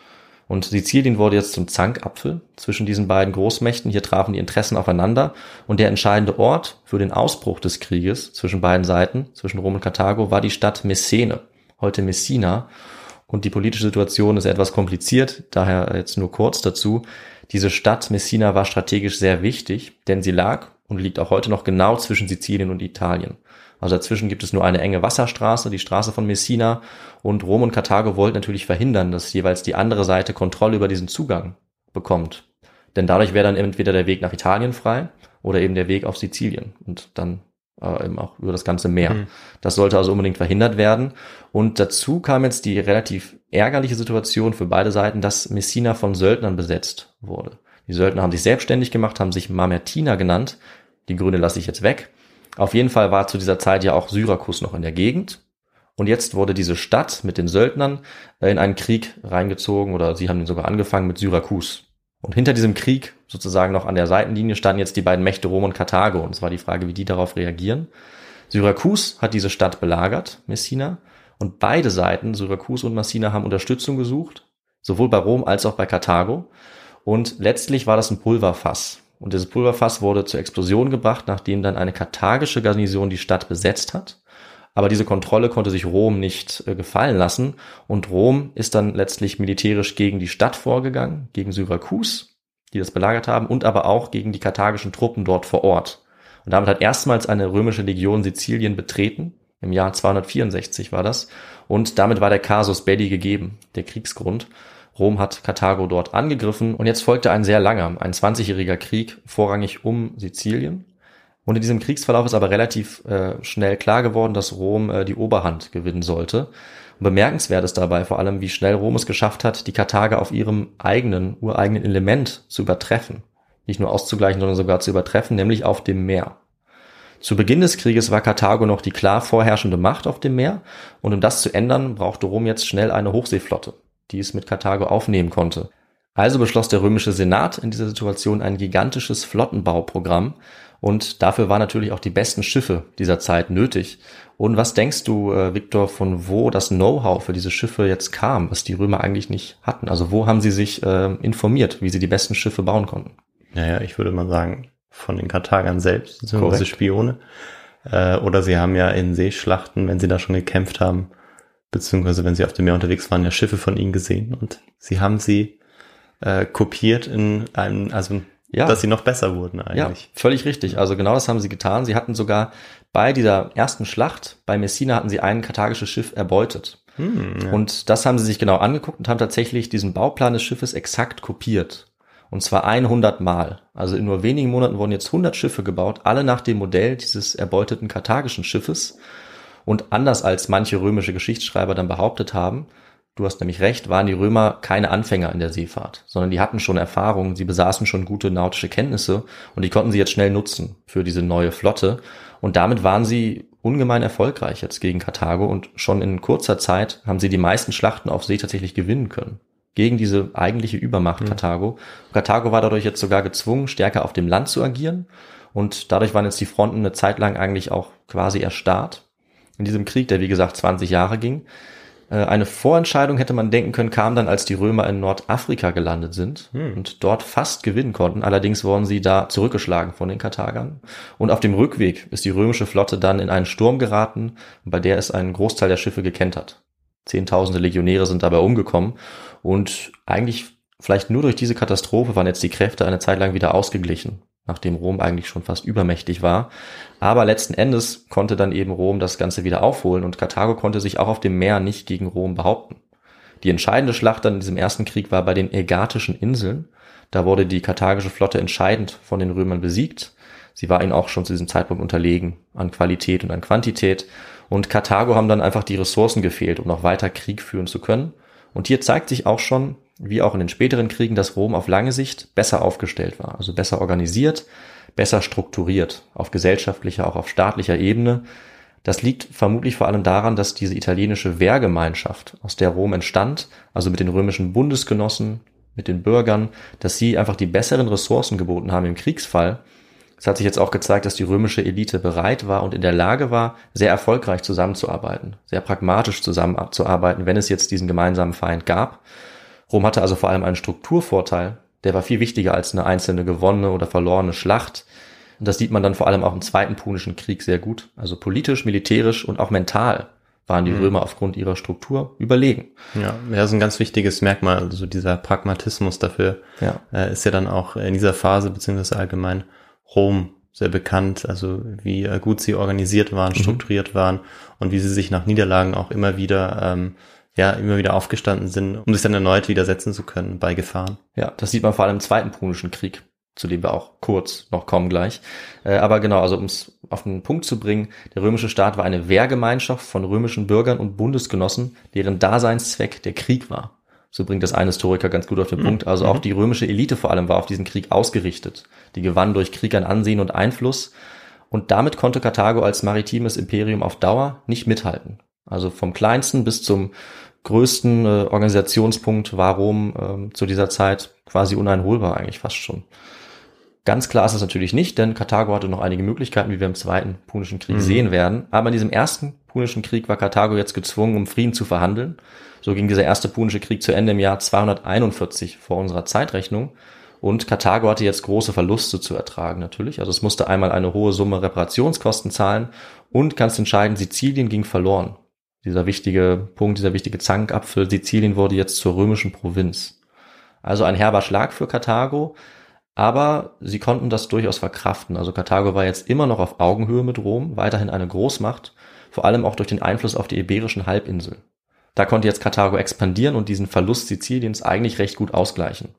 Und Sizilien wurde jetzt zum Zankapfel zwischen diesen beiden Großmächten. Hier trafen die Interessen aufeinander. Und der entscheidende Ort für den Ausbruch des Krieges zwischen beiden Seiten, zwischen Rom und Karthago, war die Stadt Messene, heute Messina. Und die politische Situation ist etwas kompliziert, daher jetzt nur kurz dazu. Diese Stadt Messina war strategisch sehr wichtig, denn sie lag und liegt auch heute noch genau zwischen Sizilien und Italien. Also dazwischen gibt es nur eine enge Wasserstraße, die Straße von Messina, und Rom und Karthago wollten natürlich verhindern, dass jeweils die andere Seite Kontrolle über diesen Zugang bekommt. Denn dadurch wäre dann entweder der Weg nach Italien frei oder eben der Weg auf Sizilien und dann äh, eben auch über das ganze Meer. Mhm. Das sollte also unbedingt verhindert werden. Und dazu kam jetzt die relativ ärgerliche Situation für beide Seiten, dass Messina von Söldnern besetzt wurde. Die Söldner haben sich selbstständig gemacht, haben sich Mamertiner genannt. Die Gründe lasse ich jetzt weg. Auf jeden Fall war zu dieser Zeit ja auch Syrakus noch in der Gegend. Und jetzt wurde diese Stadt mit den Söldnern in einen Krieg reingezogen, oder sie haben ihn sogar angefangen mit Syrakus. Und hinter diesem Krieg, sozusagen noch an der Seitenlinie, standen jetzt die beiden Mächte Rom und Karthago. Und es war die Frage, wie die darauf reagieren. Syrakus hat diese Stadt belagert, Messina. Und beide Seiten, Syrakus und Messina, haben Unterstützung gesucht, sowohl bei Rom als auch bei Karthago. Und letztlich war das ein Pulverfass. Und dieses Pulverfass wurde zur Explosion gebracht, nachdem dann eine karthagische Garnison die Stadt besetzt hat. Aber diese Kontrolle konnte sich Rom nicht äh, gefallen lassen. Und Rom ist dann letztlich militärisch gegen die Stadt vorgegangen, gegen Syrakus, die das belagert haben, und aber auch gegen die karthagischen Truppen dort vor Ort. Und damit hat erstmals eine römische Legion Sizilien betreten. Im Jahr zweihundertvierundsechzig war das. Und damit war der Casus Belli gegeben, der Kriegsgrund. Rom hat Karthago dort angegriffen und jetzt folgte ein sehr langer, ein zwanzigjähriger Krieg, vorrangig um Sizilien. Und in diesem Kriegsverlauf ist aber relativ äh, schnell klar geworden, dass Rom äh, die Oberhand gewinnen sollte. Und bemerkenswert ist dabei vor allem, wie schnell Rom es geschafft hat, die Karthager auf ihrem eigenen, ureigenen Element zu übertreffen. Nicht nur auszugleichen, sondern sogar zu übertreffen, nämlich auf dem Meer. Zu Beginn des Krieges war Karthago noch die klar vorherrschende Macht auf dem Meer. Und um das zu ändern, brauchte Rom jetzt schnell eine Hochseeflotte, die es mit Karthago aufnehmen konnte. Also beschloss der römische Senat in dieser Situation ein gigantisches Flottenbauprogramm, und dafür waren natürlich auch die besten Schiffe dieser Zeit nötig. Und was denkst du, äh, Viktor, von wo das Know-how für diese Schiffe jetzt kam, was die Römer eigentlich nicht hatten? Also wo haben sie sich äh, informiert, wie sie die besten Schiffe bauen konnten? Naja, ich würde mal sagen, von den Karthagern selbst, beziehungsweise Spione. Äh, oder sie haben ja in Seeschlachten, wenn sie da schon gekämpft haben, beziehungsweise wenn sie auf dem Meer unterwegs waren, ja Schiffe von ihnen gesehen, und sie haben sie äh, kopiert in einem, also ja, dass sie noch besser wurden eigentlich. Ja, völlig richtig. Also genau das haben sie getan. Sie hatten sogar bei dieser ersten Schlacht bei Messina hatten sie ein karthagisches Schiff erbeutet. Hm, ja. Und das haben sie sich genau angeguckt und haben tatsächlich diesen Bauplan des Schiffes exakt kopiert. Und zwar hundert Mal. Also in nur wenigen Monaten wurden jetzt hundert Schiffe gebaut, alle nach dem Modell dieses erbeuteten karthagischen Schiffes. Und anders als manche römische Geschichtsschreiber dann behauptet haben, du hast nämlich recht, waren die Römer keine Anfänger in der Seefahrt, sondern die hatten schon Erfahrung, sie besaßen schon gute nautische Kenntnisse und die konnten sie jetzt schnell nutzen für diese neue Flotte. Und damit waren sie ungemein erfolgreich jetzt gegen Karthago, und schon in kurzer Zeit haben sie die meisten Schlachten auf See tatsächlich gewinnen können. Gegen diese eigentliche Übermacht mhm. Karthago. Karthago war dadurch jetzt sogar gezwungen, stärker auf dem Land zu agieren, und dadurch waren jetzt die Fronten eine Zeit lang eigentlich auch quasi erstarrt. In diesem Krieg, der wie gesagt zwanzig Jahre ging. Eine Vorentscheidung, hätte man denken können, kam dann, als die Römer in Nordafrika gelandet sind hm. und dort fast gewinnen konnten. Allerdings wurden sie da zurückgeschlagen von den Karthagern. Und auf dem Rückweg ist die römische Flotte dann in einen Sturm geraten, bei der es einen Großteil der Schiffe gekentert. Zehntausende Legionäre sind dabei umgekommen. Und eigentlich vielleicht nur durch diese Katastrophe waren jetzt die Kräfte eine Zeit lang wieder ausgeglichen, nachdem Rom eigentlich schon fast übermächtig war. Aber letzten Endes konnte dann eben Rom das Ganze wieder aufholen, und Karthago konnte sich auch auf dem Meer nicht gegen Rom behaupten. Die entscheidende Schlacht dann in diesem ersten Krieg war bei den Ägatischen Inseln. Da wurde die karthagische Flotte entscheidend von den Römern besiegt. Sie war ihnen auch schon zu diesem Zeitpunkt unterlegen an Qualität und an Quantität. Und Karthago haben dann einfach die Ressourcen gefehlt, um noch weiter Krieg führen zu können. Und hier zeigt sich auch schon, wie auch in den späteren Kriegen, dass Rom auf lange Sicht besser aufgestellt war, also besser organisiert, besser strukturiert, auf gesellschaftlicher, auch auf staatlicher Ebene. Das liegt vermutlich vor allem daran, dass diese italienische Wehrgemeinschaft, aus der Rom entstand, also mit den römischen Bundesgenossen, mit den Bürgern, dass sie einfach die besseren Ressourcen geboten haben im Kriegsfall. Es hat sich jetzt auch gezeigt, dass die römische Elite bereit war und in der Lage war, sehr erfolgreich zusammenzuarbeiten, sehr pragmatisch zusammenzuarbeiten, wenn es jetzt diesen gemeinsamen Feind gab. Rom hatte also vor allem einen Strukturvorteil, der war viel wichtiger als eine einzelne gewonnene oder verlorene Schlacht. Und das sieht man dann vor allem auch im Zweiten Punischen Krieg sehr gut. Also politisch, militärisch und auch mental waren die mhm. Römer aufgrund ihrer Struktur überlegen. Ja, das ist ein ganz wichtiges Merkmal. Also dieser Pragmatismus dafür ja. äh, ist ja dann auch in dieser Phase beziehungsweise allgemein Rom sehr bekannt. Also wie äh, gut sie organisiert waren, mhm. strukturiert waren und wie sie sich nach Niederlagen auch immer wieder ähm, ja immer wieder aufgestanden sind, um sich dann erneut widersetzen zu können bei Gefahren. Ja, das sieht man vor allem im Zweiten Punischen Krieg, zu dem wir auch kurz noch kommen gleich. Äh, aber genau, also um es auf den Punkt zu bringen, der römische Staat war eine Wehrgemeinschaft von römischen Bürgern und Bundesgenossen, deren Daseinszweck der Krieg war. So bringt das ein Historiker ganz gut auf den mhm. Punkt. Also auch die römische Elite vor allem war auf diesen Krieg ausgerichtet. Die gewann durch Krieg an Ansehen und Einfluss. Und damit konnte Karthago als maritimes Imperium auf Dauer nicht mithalten. Also vom kleinsten bis zum größten äh, Organisationspunkt war Rom äh, zu dieser Zeit quasi uneinholbar eigentlich fast schon. Ganz klar ist es natürlich nicht, denn Karthago hatte noch einige Möglichkeiten, wie wir im Zweiten Punischen Krieg mhm. sehen werden. Aber in diesem ersten Punischen Krieg war Karthago jetzt gezwungen, um Frieden zu verhandeln. So ging dieser erste Punische Krieg zu Ende im Jahr zweihunderteinundvierzig vor unserer Zeitrechnung. Und Karthago hatte jetzt große Verluste zu ertragen natürlich. Also es musste einmal eine hohe Summe Reparationskosten zahlen und ganz entscheidend, Sizilien ging verloren. Dieser wichtige Punkt, dieser wichtige Zankapfel, Sizilien wurde jetzt zur römischen Provinz. Also ein herber Schlag für Karthago, aber sie konnten das durchaus verkraften. Also Karthago war jetzt immer noch auf Augenhöhe mit Rom, weiterhin eine Großmacht, vor allem auch durch den Einfluss auf die Iberischen Halbinsel. Da konnte jetzt Karthago expandieren und diesen Verlust Siziliens eigentlich recht gut ausgleichen.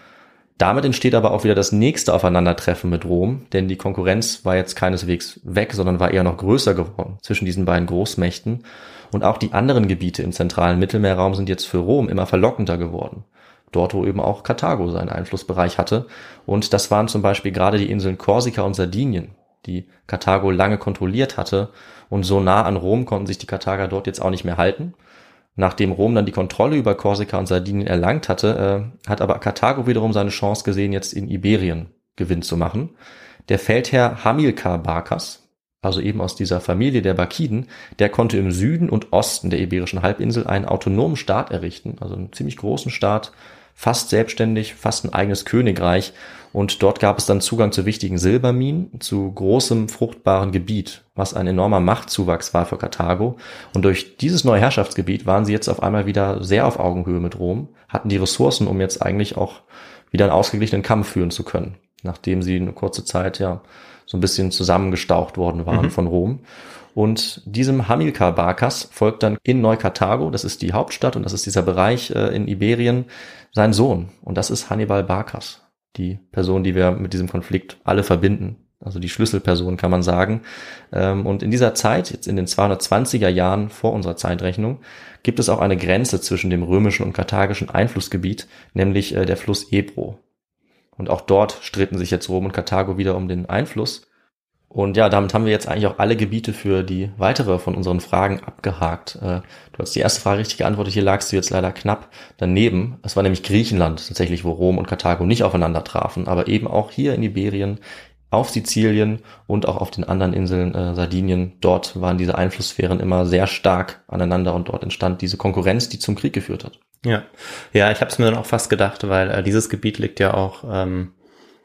Damit entsteht aber auch wieder das nächste Aufeinandertreffen mit Rom, denn die Konkurrenz war jetzt keineswegs weg, sondern war eher noch größer geworden zwischen diesen beiden Großmächten. Und auch die anderen Gebiete im zentralen Mittelmeerraum sind jetzt für Rom immer verlockender geworden. Dort, wo eben auch Karthago seinen Einflussbereich hatte. Und das waren zum Beispiel gerade die Inseln Korsika und Sardinien, die Karthago lange kontrolliert hatte. Und so nah an Rom konnten sich die Karthager dort jetzt auch nicht mehr halten. Nachdem Rom dann die Kontrolle über Korsika und Sardinien erlangt hatte, äh, hat aber Karthago wiederum seine Chance gesehen, jetzt in Iberien Gewinn zu machen. Der Feldherr Hamilkar Barkas, also eben aus dieser Familie der Barkiden, der konnte im Süden und Osten der Iberischen Halbinsel einen autonomen Staat errichten, also einen ziemlich großen Staat, fast selbstständig, fast ein eigenes Königreich. Und dort gab es dann Zugang zu wichtigen Silberminen, zu großem, fruchtbaren Gebiet, was ein enormer Machtzuwachs war für Karthago. Und durch dieses neue Herrschaftsgebiet waren sie jetzt auf einmal wieder sehr auf Augenhöhe mit Rom, hatten die Ressourcen, um jetzt eigentlich auch wieder einen ausgeglichenen Kampf führen zu können, nachdem sie eine kurze Zeit ja so ein bisschen zusammengestaucht worden waren mhm. von Rom. Und diesem Hamilkar Barkas folgt dann in Neu-Karthago, das ist die Hauptstadt und das ist dieser Bereich äh, in Iberien, sein Sohn. Und das ist Hannibal Barkas, die Person, die wir mit diesem Konflikt alle verbinden. Also die Schlüsselperson, kann man sagen. Ähm, und in dieser Zeit, jetzt in den zweihundertzwanziger Jahren vor unserer Zeitrechnung, gibt es auch eine Grenze zwischen dem römischen und karthagischen Einflussgebiet, nämlich äh, der Fluss Ebro. Und auch dort stritten sich jetzt Rom und Karthago wieder um den Einfluss. Und ja, damit haben wir jetzt eigentlich auch alle Gebiete für die weitere von unseren Fragen abgehakt. Du hast die erste Frage richtig geantwortet, hier lagst du jetzt leider knapp daneben. Es war nämlich Griechenland tatsächlich, wo Rom und Karthago nicht aufeinander trafen, aber eben auch hier in Iberien, auf Sizilien und auch auf den anderen Inseln äh, Sardinien. Dort waren diese Einflusssphären immer sehr stark aneinander und dort entstand diese Konkurrenz, die zum Krieg geführt hat. Ja, ja, ich habe es mir dann auch fast gedacht, weil äh, dieses Gebiet liegt ja auch ähm,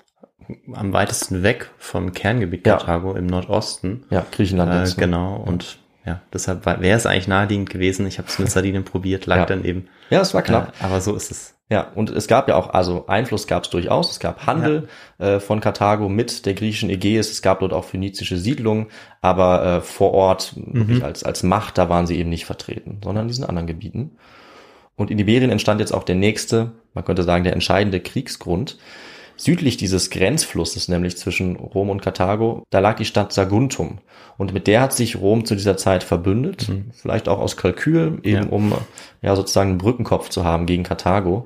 am weitesten weg vom Kerngebiet Karthago ja. im Nordosten. Ja, Griechenland. Äh, jetzt, genau, ja. und ja, deshalb wäre es eigentlich naheliegend gewesen. Ich habe es mit Sardinien probiert, lag ja. dann eben. Ja, es war knapp. Äh, aber so ist es. Ja, und es gab ja auch, also Einfluss gab es durchaus. Es gab Handel ja. äh, von Karthago mit der griechischen Ägäis. Es gab dort auch phönizische Siedlungen, aber äh, vor Ort mhm. wirklich als als Macht, da waren sie eben nicht vertreten, sondern in diesen anderen Gebieten. Und in Iberien entstand jetzt auch der nächste, man könnte sagen, der entscheidende Kriegsgrund. Südlich dieses Grenzflusses, nämlich zwischen Rom und Karthago, da lag die Stadt Saguntum. Und mit der hat sich Rom zu dieser Zeit verbündet, mhm. vielleicht auch aus Kalkül, eben ja. um ja sozusagen einen Brückenkopf zu haben gegen Karthago.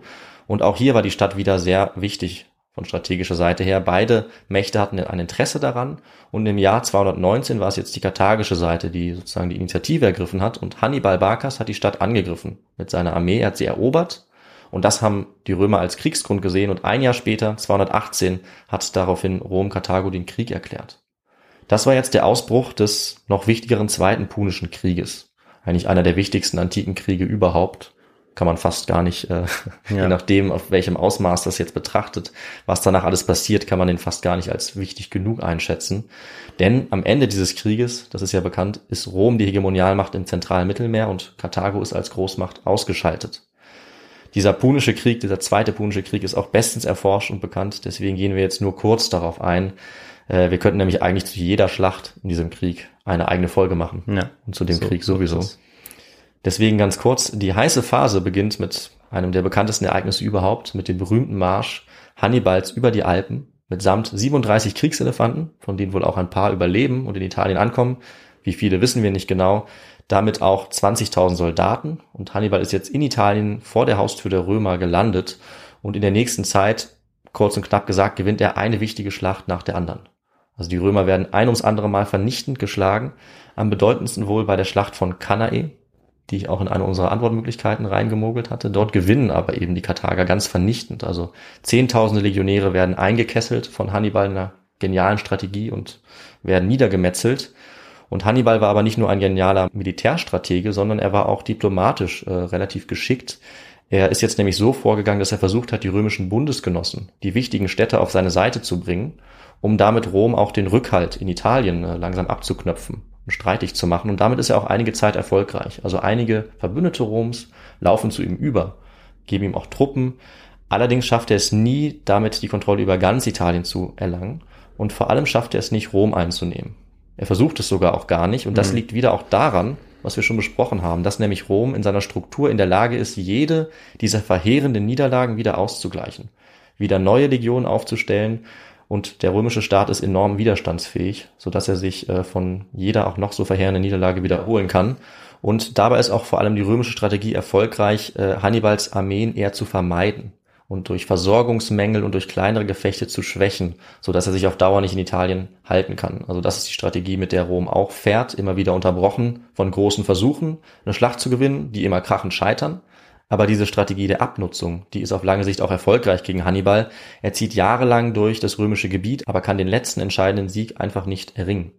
Und auch hier war die Stadt wieder sehr wichtig von strategischer Seite her. Beide Mächte hatten ein Interesse daran und im Jahr zweihundertneunzehn war es jetzt die karthagische Seite, die sozusagen die Initiative ergriffen hat und Hannibal Barkas hat die Stadt angegriffen mit seiner Armee. Er hat sie erobert und das haben die Römer als Kriegsgrund gesehen und ein Jahr später, zweihundertachtzehn, hat daraufhin Rom Karthago den Krieg erklärt. Das war jetzt der Ausbruch des noch wichtigeren Zweiten Punischen Krieges. Eigentlich einer der wichtigsten antiken Kriege überhaupt. Kann man fast gar nicht, äh, ja. je nachdem, auf welchem Ausmaß das jetzt betrachtet, was danach alles passiert, kann man den fast gar nicht als wichtig genug einschätzen. Denn am Ende dieses Krieges, das ist ja bekannt, ist Rom die Hegemonialmacht im zentralen Mittelmeer und Karthago ist als Großmacht ausgeschaltet. Dieser Punische Krieg, dieser Zweite Punische Krieg ist auch bestens erforscht und bekannt, deswegen gehen wir jetzt nur kurz darauf ein. Äh, wir könnten nämlich eigentlich zu jeder Schlacht in diesem Krieg eine eigene Folge machen. Ja, und zu dem so, Krieg sowieso. So Deswegen ganz kurz, die heiße Phase beginnt mit einem der bekanntesten Ereignisse überhaupt, mit dem berühmten Marsch Hannibals über die Alpen, mitsamt siebenunddreißig Kriegselefanten, von denen wohl auch ein paar überleben und in Italien ankommen. Wie viele wissen wir nicht genau. Damit auch zwanzigtausend Soldaten. Und Hannibal ist jetzt in Italien vor der Haustür der Römer gelandet. Und in der nächsten Zeit, kurz und knapp gesagt, gewinnt er eine wichtige Schlacht nach der anderen. Also die Römer werden ein ums andere Mal vernichtend geschlagen. Am bedeutendsten wohl bei der Schlacht von Cannae, die ich auch in eine unserer Antwortmöglichkeiten reingemogelt hatte. Dort gewinnen aber eben die Karthager ganz vernichtend. Also zehntausende Legionäre werden eingekesselt von Hannibal in einer genialen Strategie und werden niedergemetzelt. Und Hannibal war aber nicht nur ein genialer Militärstratege, sondern er war auch diplomatisch äh, relativ geschickt. Er ist jetzt nämlich so vorgegangen, dass er versucht hat, die römischen Bundesgenossen, die wichtigen Städte auf seine Seite zu bringen, um damit Rom auch den Rückhalt in Italien äh, langsam abzuknöpfen und streitig zu machen. Und damit ist er auch einige Zeit erfolgreich. Also einige Verbündete Roms laufen zu ihm über, geben ihm auch Truppen. Allerdings schafft er es nie, damit die Kontrolle über ganz Italien zu erlangen. Und vor allem schafft er es nicht, Rom einzunehmen. Er versucht es sogar auch gar nicht. Und das mhm. liegt wieder auch daran, was wir schon besprochen haben, dass nämlich Rom in seiner Struktur in der Lage ist, jede dieser verheerenden Niederlagen wieder auszugleichen, wieder neue Legionen aufzustellen. Und der römische Staat ist enorm widerstandsfähig, sodass er sich äh, von jeder auch noch so verheerenden Niederlage wiederholen kann. Und dabei ist auch vor allem die römische Strategie erfolgreich, äh, Hannibals Armeen eher zu vermeiden und durch Versorgungsmängel und durch kleinere Gefechte zu schwächen, sodass er sich auf Dauer nicht in Italien halten kann. Also das ist die Strategie, mit der Rom auch fährt, immer wieder unterbrochen von großen Versuchen, eine Schlacht zu gewinnen, die immer krachend scheitern. Aber diese Strategie der Abnutzung, die ist auf lange Sicht auch erfolgreich gegen Hannibal. Er zieht jahrelang durch das römische Gebiet, aber kann den letzten entscheidenden Sieg einfach nicht erringen.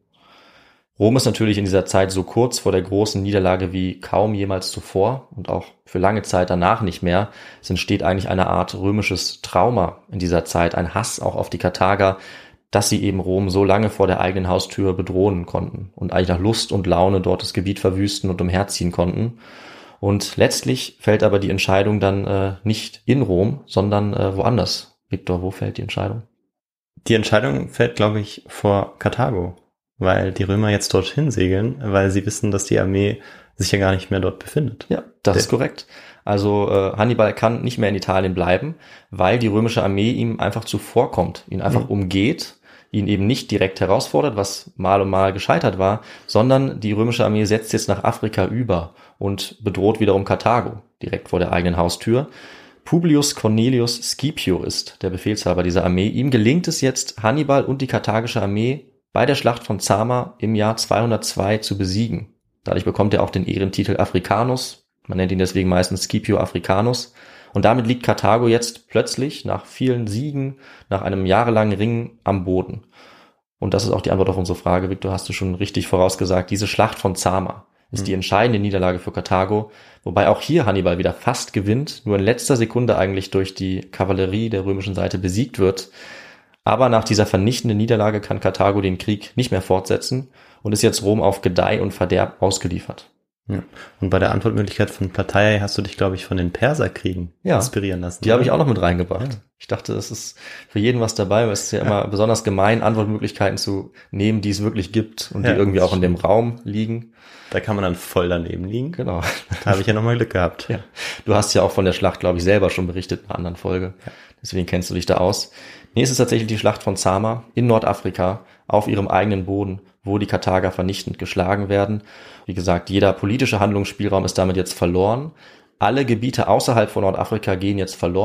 Rom ist natürlich in dieser Zeit so kurz vor der großen Niederlage wie kaum jemals zuvor und auch für lange Zeit danach nicht mehr. Es entsteht eigentlich eine Art römisches Trauma in dieser Zeit, ein Hass auch auf die Karthager, dass sie eben Rom so lange vor der eigenen Haustür bedrohen konnten und eigentlich nach Lust und Laune dort das Gebiet verwüsten und umherziehen konnten. Und letztlich fällt aber die Entscheidung dann äh, nicht in Rom, sondern äh, woanders. Victor, wo fällt die Entscheidung? Die Entscheidung fällt, glaube ich, vor Karthago, weil die Römer jetzt dorthin segeln, weil sie wissen, dass die Armee sich ja gar nicht mehr dort befindet. Ja, das ist korrekt. Also äh, Hannibal kann nicht mehr in Italien bleiben, weil die römische Armee ihm einfach zuvorkommt, ihn einfach mhm. umgeht, ihn eben nicht direkt herausfordert, was mal und mal gescheitert war, sondern die römische Armee setzt jetzt nach Afrika über und bedroht wiederum Karthago, direkt vor der eigenen Haustür. Publius Cornelius Scipio ist der Befehlshaber dieser Armee. Ihm gelingt es jetzt, Hannibal und die karthagische Armee bei der Schlacht von Zama im Jahr zweihundertzwei zu besiegen. Dadurch bekommt er auch den Ehrentitel Africanus. Man nennt ihn deswegen meistens Scipio Africanus. Und damit liegt Karthago jetzt plötzlich nach vielen Siegen, nach einem jahrelangen Ringen am Boden. Und das ist auch die Antwort auf unsere Frage, Victor, hast du schon richtig vorausgesagt. Diese Schlacht von Zama ist die entscheidende Niederlage für Karthago, wobei auch hier Hannibal wieder fast gewinnt, nur in letzter Sekunde eigentlich durch die Kavallerie der römischen Seite besiegt wird. Aber nach dieser vernichtenden Niederlage kann Karthago den Krieg nicht mehr fortsetzen und ist jetzt Rom auf Gedeih und Verderb ausgeliefert. Ja. Und bei der Antwortmöglichkeit von Partei hast du dich, glaube ich, von den Perserkriegen ja. inspirieren lassen. Die habe ich auch noch mit reingebracht. Ja. Ich dachte, es ist für jeden was dabei, weil es ist ja, ja immer besonders gemein, Antwortmöglichkeiten zu nehmen, die es wirklich gibt und ja, die irgendwie auch in dem Raum liegen. Da kann man dann voll daneben liegen. Genau. Da habe ich ja nochmal Glück gehabt. Ja. Du hast ja auch von der Schlacht, glaube ich, selber schon berichtet in einer anderen Folge. Ja. Deswegen kennst du dich da aus. Nee, es ist tatsächlich die Schlacht von Zama in Nordafrika auf ihrem eigenen Boden, wo die Karthager vernichtend geschlagen werden. Wie gesagt, jeder politische Handlungsspielraum ist damit jetzt verloren. Alle Gebiete außerhalb von Nordafrika gehen jetzt verloren.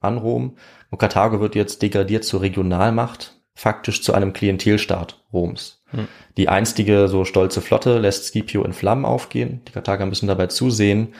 an Rom und Karthago wird jetzt degradiert zur Regionalmacht, faktisch zu einem Klientelstaat Roms. Hm. Die einstige so stolze Flotte lässt Scipio in Flammen aufgehen, die Karthager müssen dabei zusehen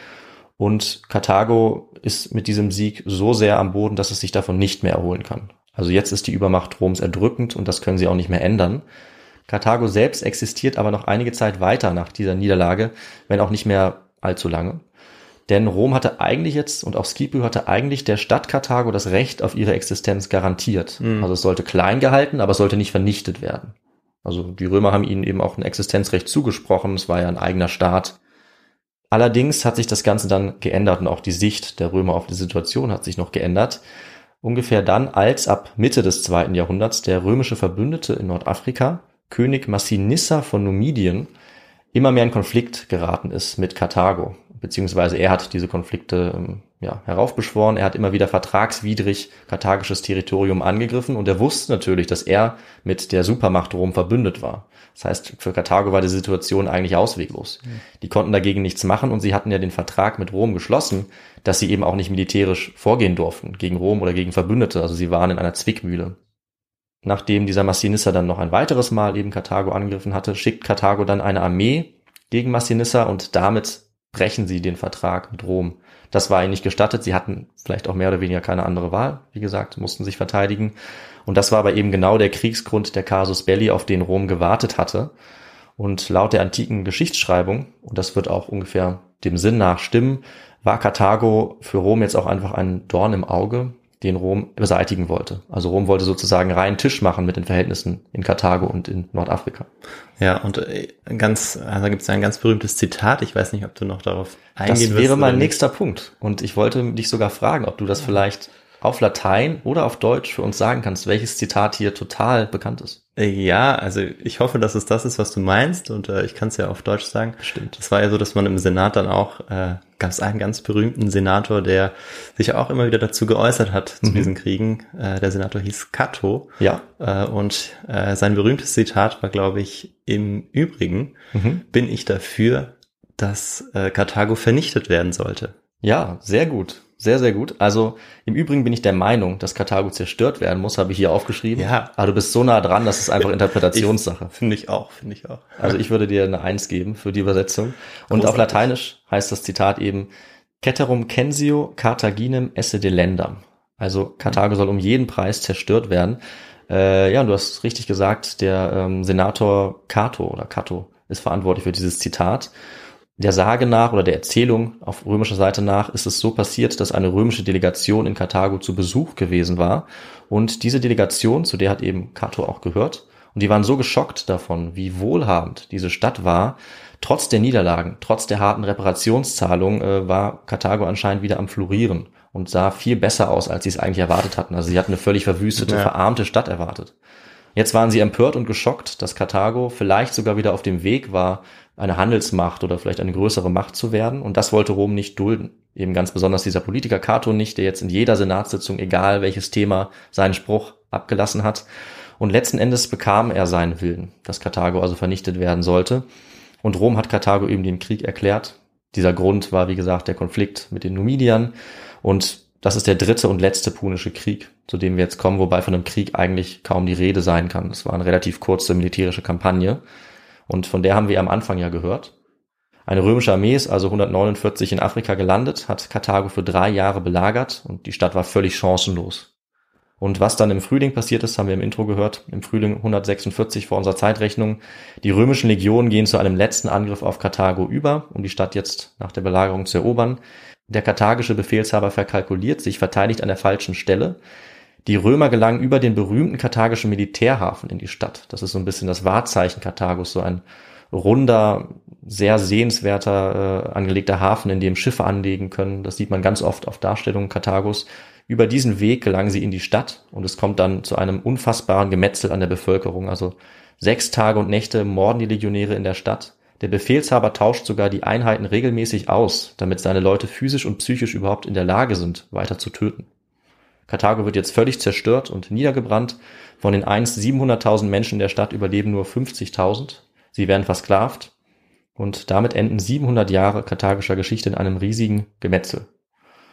und Karthago ist mit diesem Sieg so sehr am Boden, dass es sich davon nicht mehr erholen kann. Also jetzt ist die Übermacht Roms erdrückend und das können sie auch nicht mehr ändern. Karthago selbst existiert aber noch einige Zeit weiter nach dieser Niederlage, wenn auch nicht mehr allzu lange. Denn Rom hatte eigentlich jetzt und auch Scipio hatte eigentlich der Stadt Karthago das Recht auf ihre Existenz garantiert. Mhm. Also es sollte klein gehalten, aber es sollte nicht vernichtet werden. Also die Römer haben ihnen eben auch ein Existenzrecht zugesprochen, es war ja ein eigener Staat. Allerdings hat sich das Ganze dann geändert und auch die Sicht der Römer auf die Situation hat sich noch geändert. Ungefähr dann, als ab Mitte des zweiten Jahrhunderts der römische Verbündete in Nordafrika, König Massinissa von Numidien, immer mehr in Konflikt geraten ist mit Karthago. Beziehungsweise er hat diese Konflikte ja, heraufbeschworen, er hat immer wieder vertragswidrig karthagisches Territorium angegriffen und er wusste natürlich, dass er mit der Supermacht Rom verbündet war. Das heißt, für Karthago war die Situation eigentlich ausweglos. Mhm. Die konnten dagegen nichts machen und sie hatten ja den Vertrag mit Rom geschlossen, dass sie eben auch nicht militärisch vorgehen durften gegen Rom oder gegen Verbündete. Also sie waren in einer Zwickmühle. Nachdem dieser Massinissa dann noch ein weiteres Mal eben Karthago angegriffen hatte, schickt Karthago dann eine Armee gegen Massinissa und damit brechen sie den Vertrag mit Rom. Das war ihnen nicht gestattet. Sie hatten vielleicht auch mehr oder weniger keine andere Wahl. Wie gesagt, mussten sich verteidigen. Und das war aber eben genau der Kriegsgrund, der Casus Belli, auf den Rom gewartet hatte. Und laut der antiken Geschichtsschreibung, und das wird auch ungefähr dem Sinn nach stimmen, war Karthago für Rom jetzt auch einfach ein Dorn im Auge, den Rom beseitigen wollte. Also Rom wollte sozusagen reinen Tisch machen mit den Verhältnissen in Karthago und in Nordafrika. Ja, und ganz, also da gibt es ja ein ganz berühmtes Zitat. Ich weiß nicht, ob du noch darauf eingehen wirst. Das wäre mein nächster Punkt. Und ich wollte dich sogar fragen, ob du das vielleicht auf Latein oder auf Deutsch für uns sagen kannst, welches Zitat hier total bekannt ist. Ja, also ich hoffe, dass es das ist, was du meinst, und äh, ich kann es ja auf Deutsch sagen. Stimmt. Es war ja so, dass man im Senat dann auch, äh, gab es einen ganz berühmten Senator, der sich auch immer wieder dazu geäußert hat, zu mhm. diesen Kriegen. Äh, der Senator hieß Cato. Ja. Äh, und äh, sein berühmtes Zitat war, glaube ich, im Übrigen mhm. bin ich dafür, dass äh, Karthago vernichtet werden sollte. Ja, sehr gut. Sehr, sehr gut. Also im Übrigen bin ich der Meinung, dass Karthago zerstört werden muss, habe ich hier aufgeschrieben. Ja. Aber du bist so nah dran, das ist einfach Interpretationssache. Finde ich auch, finde ich auch. Also ich würde dir eine Eins geben für die Übersetzung. Und Großartig. Auf Lateinisch heißt das Zitat eben Ceterum censeo Carthaginem esse delendam. Also Karthago soll um jeden Preis zerstört werden. Äh, ja, und du hast richtig gesagt, der ähm, Senator Cato oder Cato ist verantwortlich für dieses Zitat. Der Sage nach oder der Erzählung auf römischer Seite nach ist es so passiert, dass eine römische Delegation in Karthago zu Besuch gewesen war. Und diese Delegation, zu der hat eben Cato auch gehört, und die waren so geschockt davon, wie wohlhabend diese Stadt war. Trotz der Niederlagen, trotz der harten Reparationszahlung äh, war Karthago anscheinend wieder am Florieren und sah viel besser aus, als sie es eigentlich erwartet hatten. Also sie hatten eine völlig verwüstete, ja. verarmte Stadt erwartet. Jetzt waren sie empört und geschockt, dass Karthago vielleicht sogar wieder auf dem Weg war, eine Handelsmacht oder vielleicht eine größere Macht zu werden. Und das wollte Rom nicht dulden. Eben ganz besonders dieser Politiker Cato nicht, der jetzt in jeder Senatssitzung, egal welches Thema, seinen Spruch abgelassen hat. Und letzten Endes bekam er seinen Willen, dass Karthago also vernichtet werden sollte. Und Rom hat Karthago eben den Krieg erklärt. Dieser Grund war, wie gesagt, der Konflikt mit den Numidiern. Und das ist der dritte und letzte Punische Krieg, zu dem wir jetzt kommen, wobei von einem Krieg eigentlich kaum die Rede sein kann. Es war eine relativ kurze militärische Kampagne. Und von der haben wir am Anfang ja gehört. Eine römische Armee ist also hundertneunundvierzig in Afrika gelandet, hat Karthago für drei Jahre belagert und die Stadt war völlig chancenlos. Und was dann im Frühling passiert ist, haben wir im Intro gehört, im Frühling hundertsechsundvierzig vor unserer Zeitrechnung. Die römischen Legionen gehen zu einem letzten Angriff auf Karthago über, um die Stadt jetzt nach der Belagerung zu erobern. Der karthagische Befehlshaber verkalkuliert sich, verteidigt an der falschen Stelle. Die Römer gelangen über den berühmten karthagischen Militärhafen in die Stadt. Das ist so ein bisschen das Wahrzeichen Karthagos, so ein runder, sehr sehenswerter, äh, angelegter Hafen, in dem Schiffe anlegen können. Das sieht man ganz oft auf Darstellungen Karthagos. Über diesen Weg gelangen sie in die Stadt und es kommt dann zu einem unfassbaren Gemetzel an der Bevölkerung. Also sechs Tage und Nächte morden die Legionäre in der Stadt. Der Befehlshaber tauscht sogar die Einheiten regelmäßig aus, damit seine Leute physisch und psychisch überhaupt in der Lage sind, weiter zu töten. Karthago wird jetzt völlig zerstört und niedergebrannt. Von den einst siebenhunderttausend Menschen in der Stadt überleben nur fünfzigtausend. Sie werden versklavt. Und damit enden siebenhundert Jahre karthagischer Geschichte in einem riesigen Gemetzel.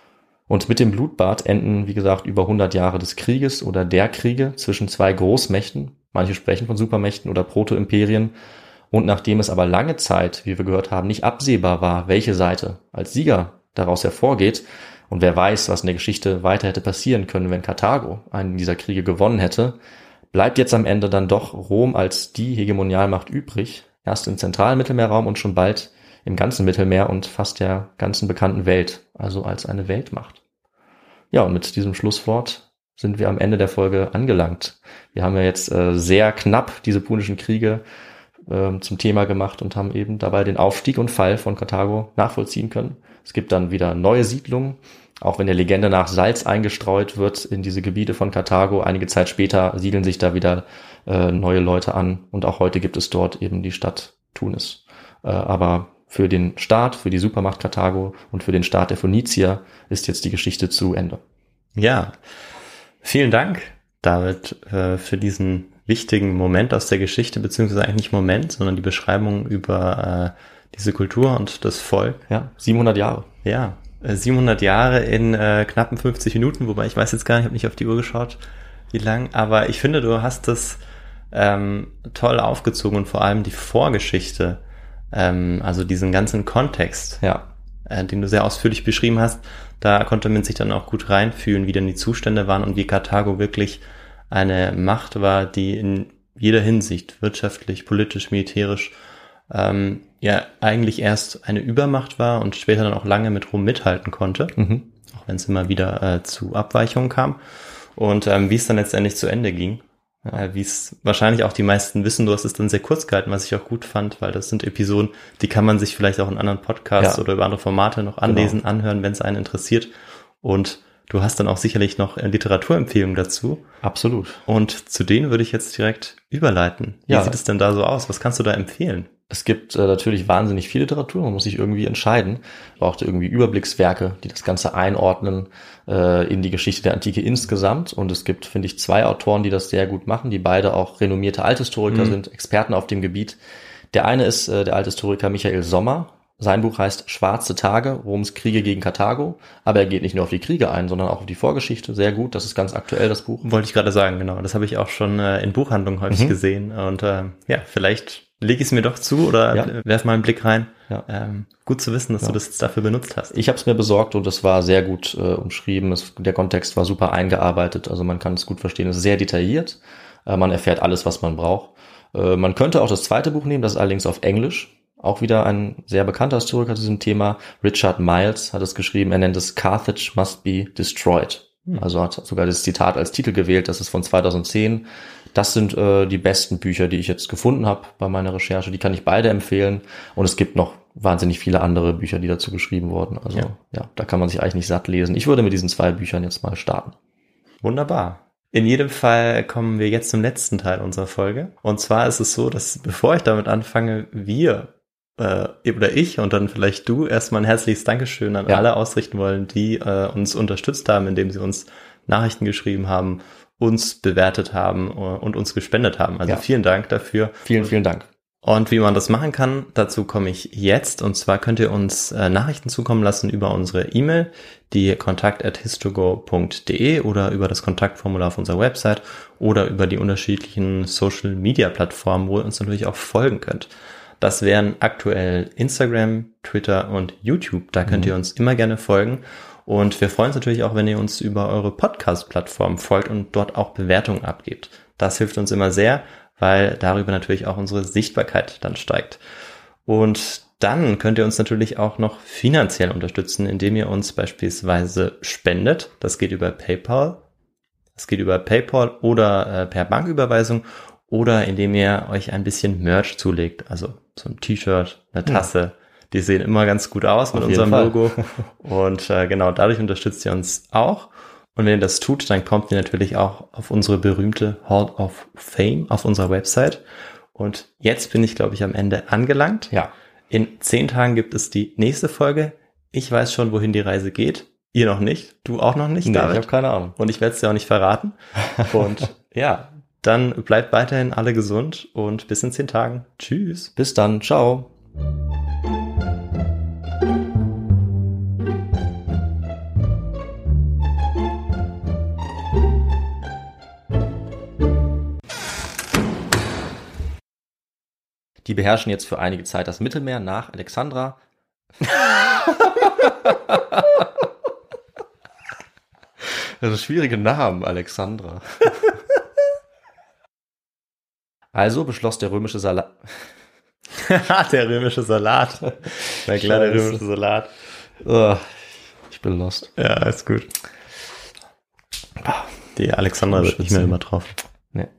Und mit dem Blutbad enden, wie gesagt, über hundert Jahre des Krieges oder der Kriege zwischen zwei Großmächten. Manche sprechen von Supermächten oder Proto-Imperien. Und nachdem es aber lange Zeit, wie wir gehört haben, nicht absehbar war, welche Seite als Sieger daraus hervorgeht, und wer weiß, was in der Geschichte weiter hätte passieren können, wenn Karthago einen dieser Kriege gewonnen hätte, bleibt jetzt am Ende dann doch Rom als die Hegemonialmacht übrig, erst im zentralen Mittelmeerraum und schon bald im ganzen Mittelmeer und fast der ganzen bekannten Welt, also als eine Weltmacht. Ja, und mit diesem Schlusswort sind wir am Ende der Folge angelangt. Wir haben ja jetzt äh, sehr knapp diese Punischen Kriege äh, zum Thema gemacht und haben eben dabei den Aufstieg und Fall von Karthago nachvollziehen können. Es gibt dann wieder neue Siedlungen, auch wenn der Legende nach Salz eingestreut wird in diese Gebiete von Karthago. Einige Zeit später siedeln sich da wieder äh, neue Leute an und auch heute gibt es dort eben die Stadt Tunis. Äh, aber für den Staat, für die Supermacht Karthago und für den Staat der Phönizier ist jetzt die Geschichte zu Ende. Ja, vielen Dank, David, äh, für diesen wichtigen Moment aus der Geschichte, beziehungsweise eigentlich nicht Moment, sondern die Beschreibung über äh, diese Kultur und das Volk. Ja, siebenhundert Jahre. Ja, äh, siebenhundert Jahre in äh, knappen fünfzig Minuten, wobei ich weiß jetzt gar nicht, ich habe nicht auf die Uhr geschaut, wie lang, aber ich finde, du hast das ähm, toll aufgezogen und vor allem die Vorgeschichte, ähm, also diesen ganzen Kontext, ja, äh, den du sehr ausführlich beschrieben hast, da konnte man sich dann auch gut reinfühlen, wie denn die Zustände waren und wie Karthago wirklich eine Macht war, die in jeder Hinsicht, wirtschaftlich, politisch, militärisch, ähm, ja eigentlich erst eine Übermacht war und später dann auch lange mit Rom mithalten konnte, mhm. auch wenn es immer wieder äh, zu Abweichungen kam. Und ähm, wie es dann letztendlich zu Ende ging, äh, wie es wahrscheinlich auch die meisten wissen, du hast es dann sehr kurz gehalten, was ich auch gut fand, weil das sind Episoden, die kann man sich vielleicht auch in anderen Podcasts ja. oder über andere Formate noch anlesen, genau. anhören, wenn es einen interessiert. Und du hast dann auch sicherlich noch Literaturempfehlungen dazu. Absolut. Und zu denen würde ich jetzt direkt überleiten. Wie ja. sieht es denn da so aus? Was kannst du da empfehlen? Es gibt äh, natürlich wahnsinnig viel Literatur, man muss sich irgendwie entscheiden. Ich brauchte irgendwie Überblickswerke, die das Ganze einordnen äh, in die Geschichte der Antike insgesamt. Und es gibt, finde ich, zwei Autoren, die das sehr gut machen, die beide auch renommierte Althistoriker mhm. sind, Experten auf dem Gebiet. Der eine ist äh, der Althistoriker Michael Sommer. Sein Buch heißt Schwarze Tage, Roms Kriege gegen Karthago. Aber er geht nicht nur auf die Kriege ein, sondern auch auf die Vorgeschichte. Sehr gut, das ist ganz aktuell, das Buch. Wollte ich gerade sagen, genau. Das habe ich auch schon äh, in Buchhandlungen häufig mhm. gesehen. Und äh, ja, vielleicht lege ich es mir doch zu oder ja. werf mal einen Blick rein. Ja. Ähm, gut zu wissen, dass ja. du das jetzt dafür benutzt hast. Ich habe es mir besorgt und das war sehr gut äh, umschrieben. Es, der Kontext war super eingearbeitet, also man kann es gut verstehen. Es ist sehr detailliert. Äh, man erfährt alles, was man braucht. Äh, man könnte auch das zweite Buch nehmen, das ist allerdings auf Englisch. Auch wieder ein sehr bekannter Historiker zu diesem Thema. Richard Miles hat es geschrieben. Er nennt es Carthage Must Be Destroyed. Hm. Also hat sogar das Zitat als Titel gewählt. Das ist von zweitausendzehn. Das sind äh, die besten Bücher, die ich jetzt gefunden habe bei meiner Recherche. Die kann ich beide empfehlen. Und es gibt noch wahnsinnig viele andere Bücher, die dazu geschrieben wurden. Also ja, ja da kann man sich eigentlich nicht satt lesen. Ich würde mit diesen zwei Büchern jetzt mal starten. Wunderbar. In jedem Fall kommen wir jetzt zum letzten Teil unserer Folge. Und zwar ist es so, dass bevor ich damit anfange, wir äh, oder ich und dann vielleicht du erstmal ein herzliches Dankeschön an ja. alle ausrichten wollen, die äh, uns unterstützt haben, indem sie uns Nachrichten geschrieben haben, uns bewertet haben und uns gespendet haben. Also ja. vielen Dank dafür. Vielen, vielen Dank. Und wie man das machen kann, dazu komme ich jetzt. Und zwar könnt ihr uns äh, Nachrichten zukommen lassen über unsere E-Mail, die kontakt at histogo punkt de oder über das Kontaktformular auf unserer Website oder über die unterschiedlichen Social-Media-Plattformen, wo ihr uns natürlich auch folgen könnt. Das wären aktuell Instagram, Twitter und YouTube. Da könnt mhm. ihr uns immer gerne folgen. Und wir freuen uns natürlich auch, wenn ihr uns über eure Podcast-Plattform folgt und dort auch Bewertungen abgebt. Das hilft uns immer sehr, weil darüber natürlich auch unsere Sichtbarkeit dann steigt. Und dann könnt ihr uns natürlich auch noch finanziell unterstützen, indem ihr uns beispielsweise spendet. Das geht über PayPal. Das geht über PayPal oder äh, per Banküberweisung oder indem ihr euch ein bisschen Merch zulegt. Also so ein T-Shirt, eine Tasse. Hm. Die sehen immer ganz gut aus mit unserem Logo. Und äh, genau, dadurch unterstützt ihr uns auch. Und wenn ihr das tut, dann kommt ihr natürlich auch auf unsere berühmte Hall of Fame auf unserer Website. Und jetzt bin ich, glaube ich, am Ende angelangt. Ja. In zehn Tagen gibt es die nächste Folge. Ich weiß schon, wohin die Reise geht. Ihr noch nicht. Du auch noch nicht, nee, David. Ich habe keine Ahnung. Und ich werde es dir auch nicht verraten. Und ja, dann bleibt weiterhin alle gesund und bis in zehn Tagen. Tschüss. Bis dann. Ciao. beherrschen jetzt für einige Zeit das Mittelmeer nach Alexandra. Das ist schwierige Namen, Alexandra. Also beschloss der römische Salat. Der römische Salat. Na klar, der römische Salat. Oh, ich bin lost. Ja, ist gut. Die Alexandra wird nicht mehr immer drauf. Nee.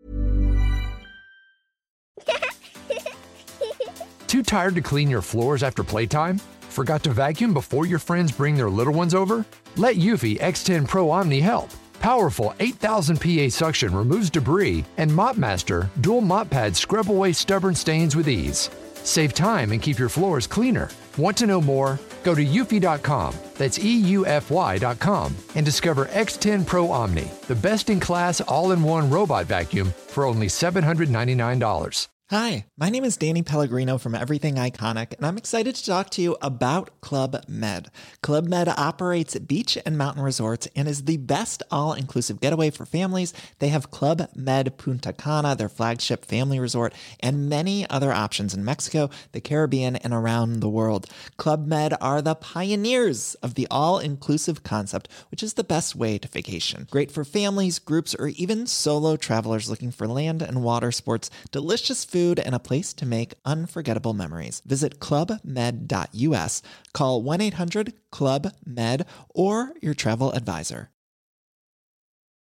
Too tired to clean your floors after playtime? Forgot to vacuum before your friends bring their little ones over? Let Eufy X ten Pro Omni help. Powerful eight thousand P A suction removes debris, and MopMaster dual mop pads scrub away stubborn stains with ease. Save time and keep your floors cleaner. Want to know more? Go to eufy dot com, that's E U F Y dot com, and discover X ten Pro Omni, the best-in-class all-in-one robot vacuum for only seven hundred ninety-nine dollars. Hi, my name is Danny Pellegrino from Everything Iconic, and I'm excited to talk to you about Club Med. Club Med operates beach and mountain resorts and is the best all-inclusive getaway for families. They have Club Med Punta Cana, their flagship family resort, and many other options in Mexico, the Caribbean, and around the world. Club Med are the pioneers of the all-inclusive concept, which is the best way to vacation. Great for families, groups, or even solo travelers looking for land and water sports, delicious food, Food and a place to make unforgettable memories. Visit club med dot U S, call one eight hundred club med or your travel advisor.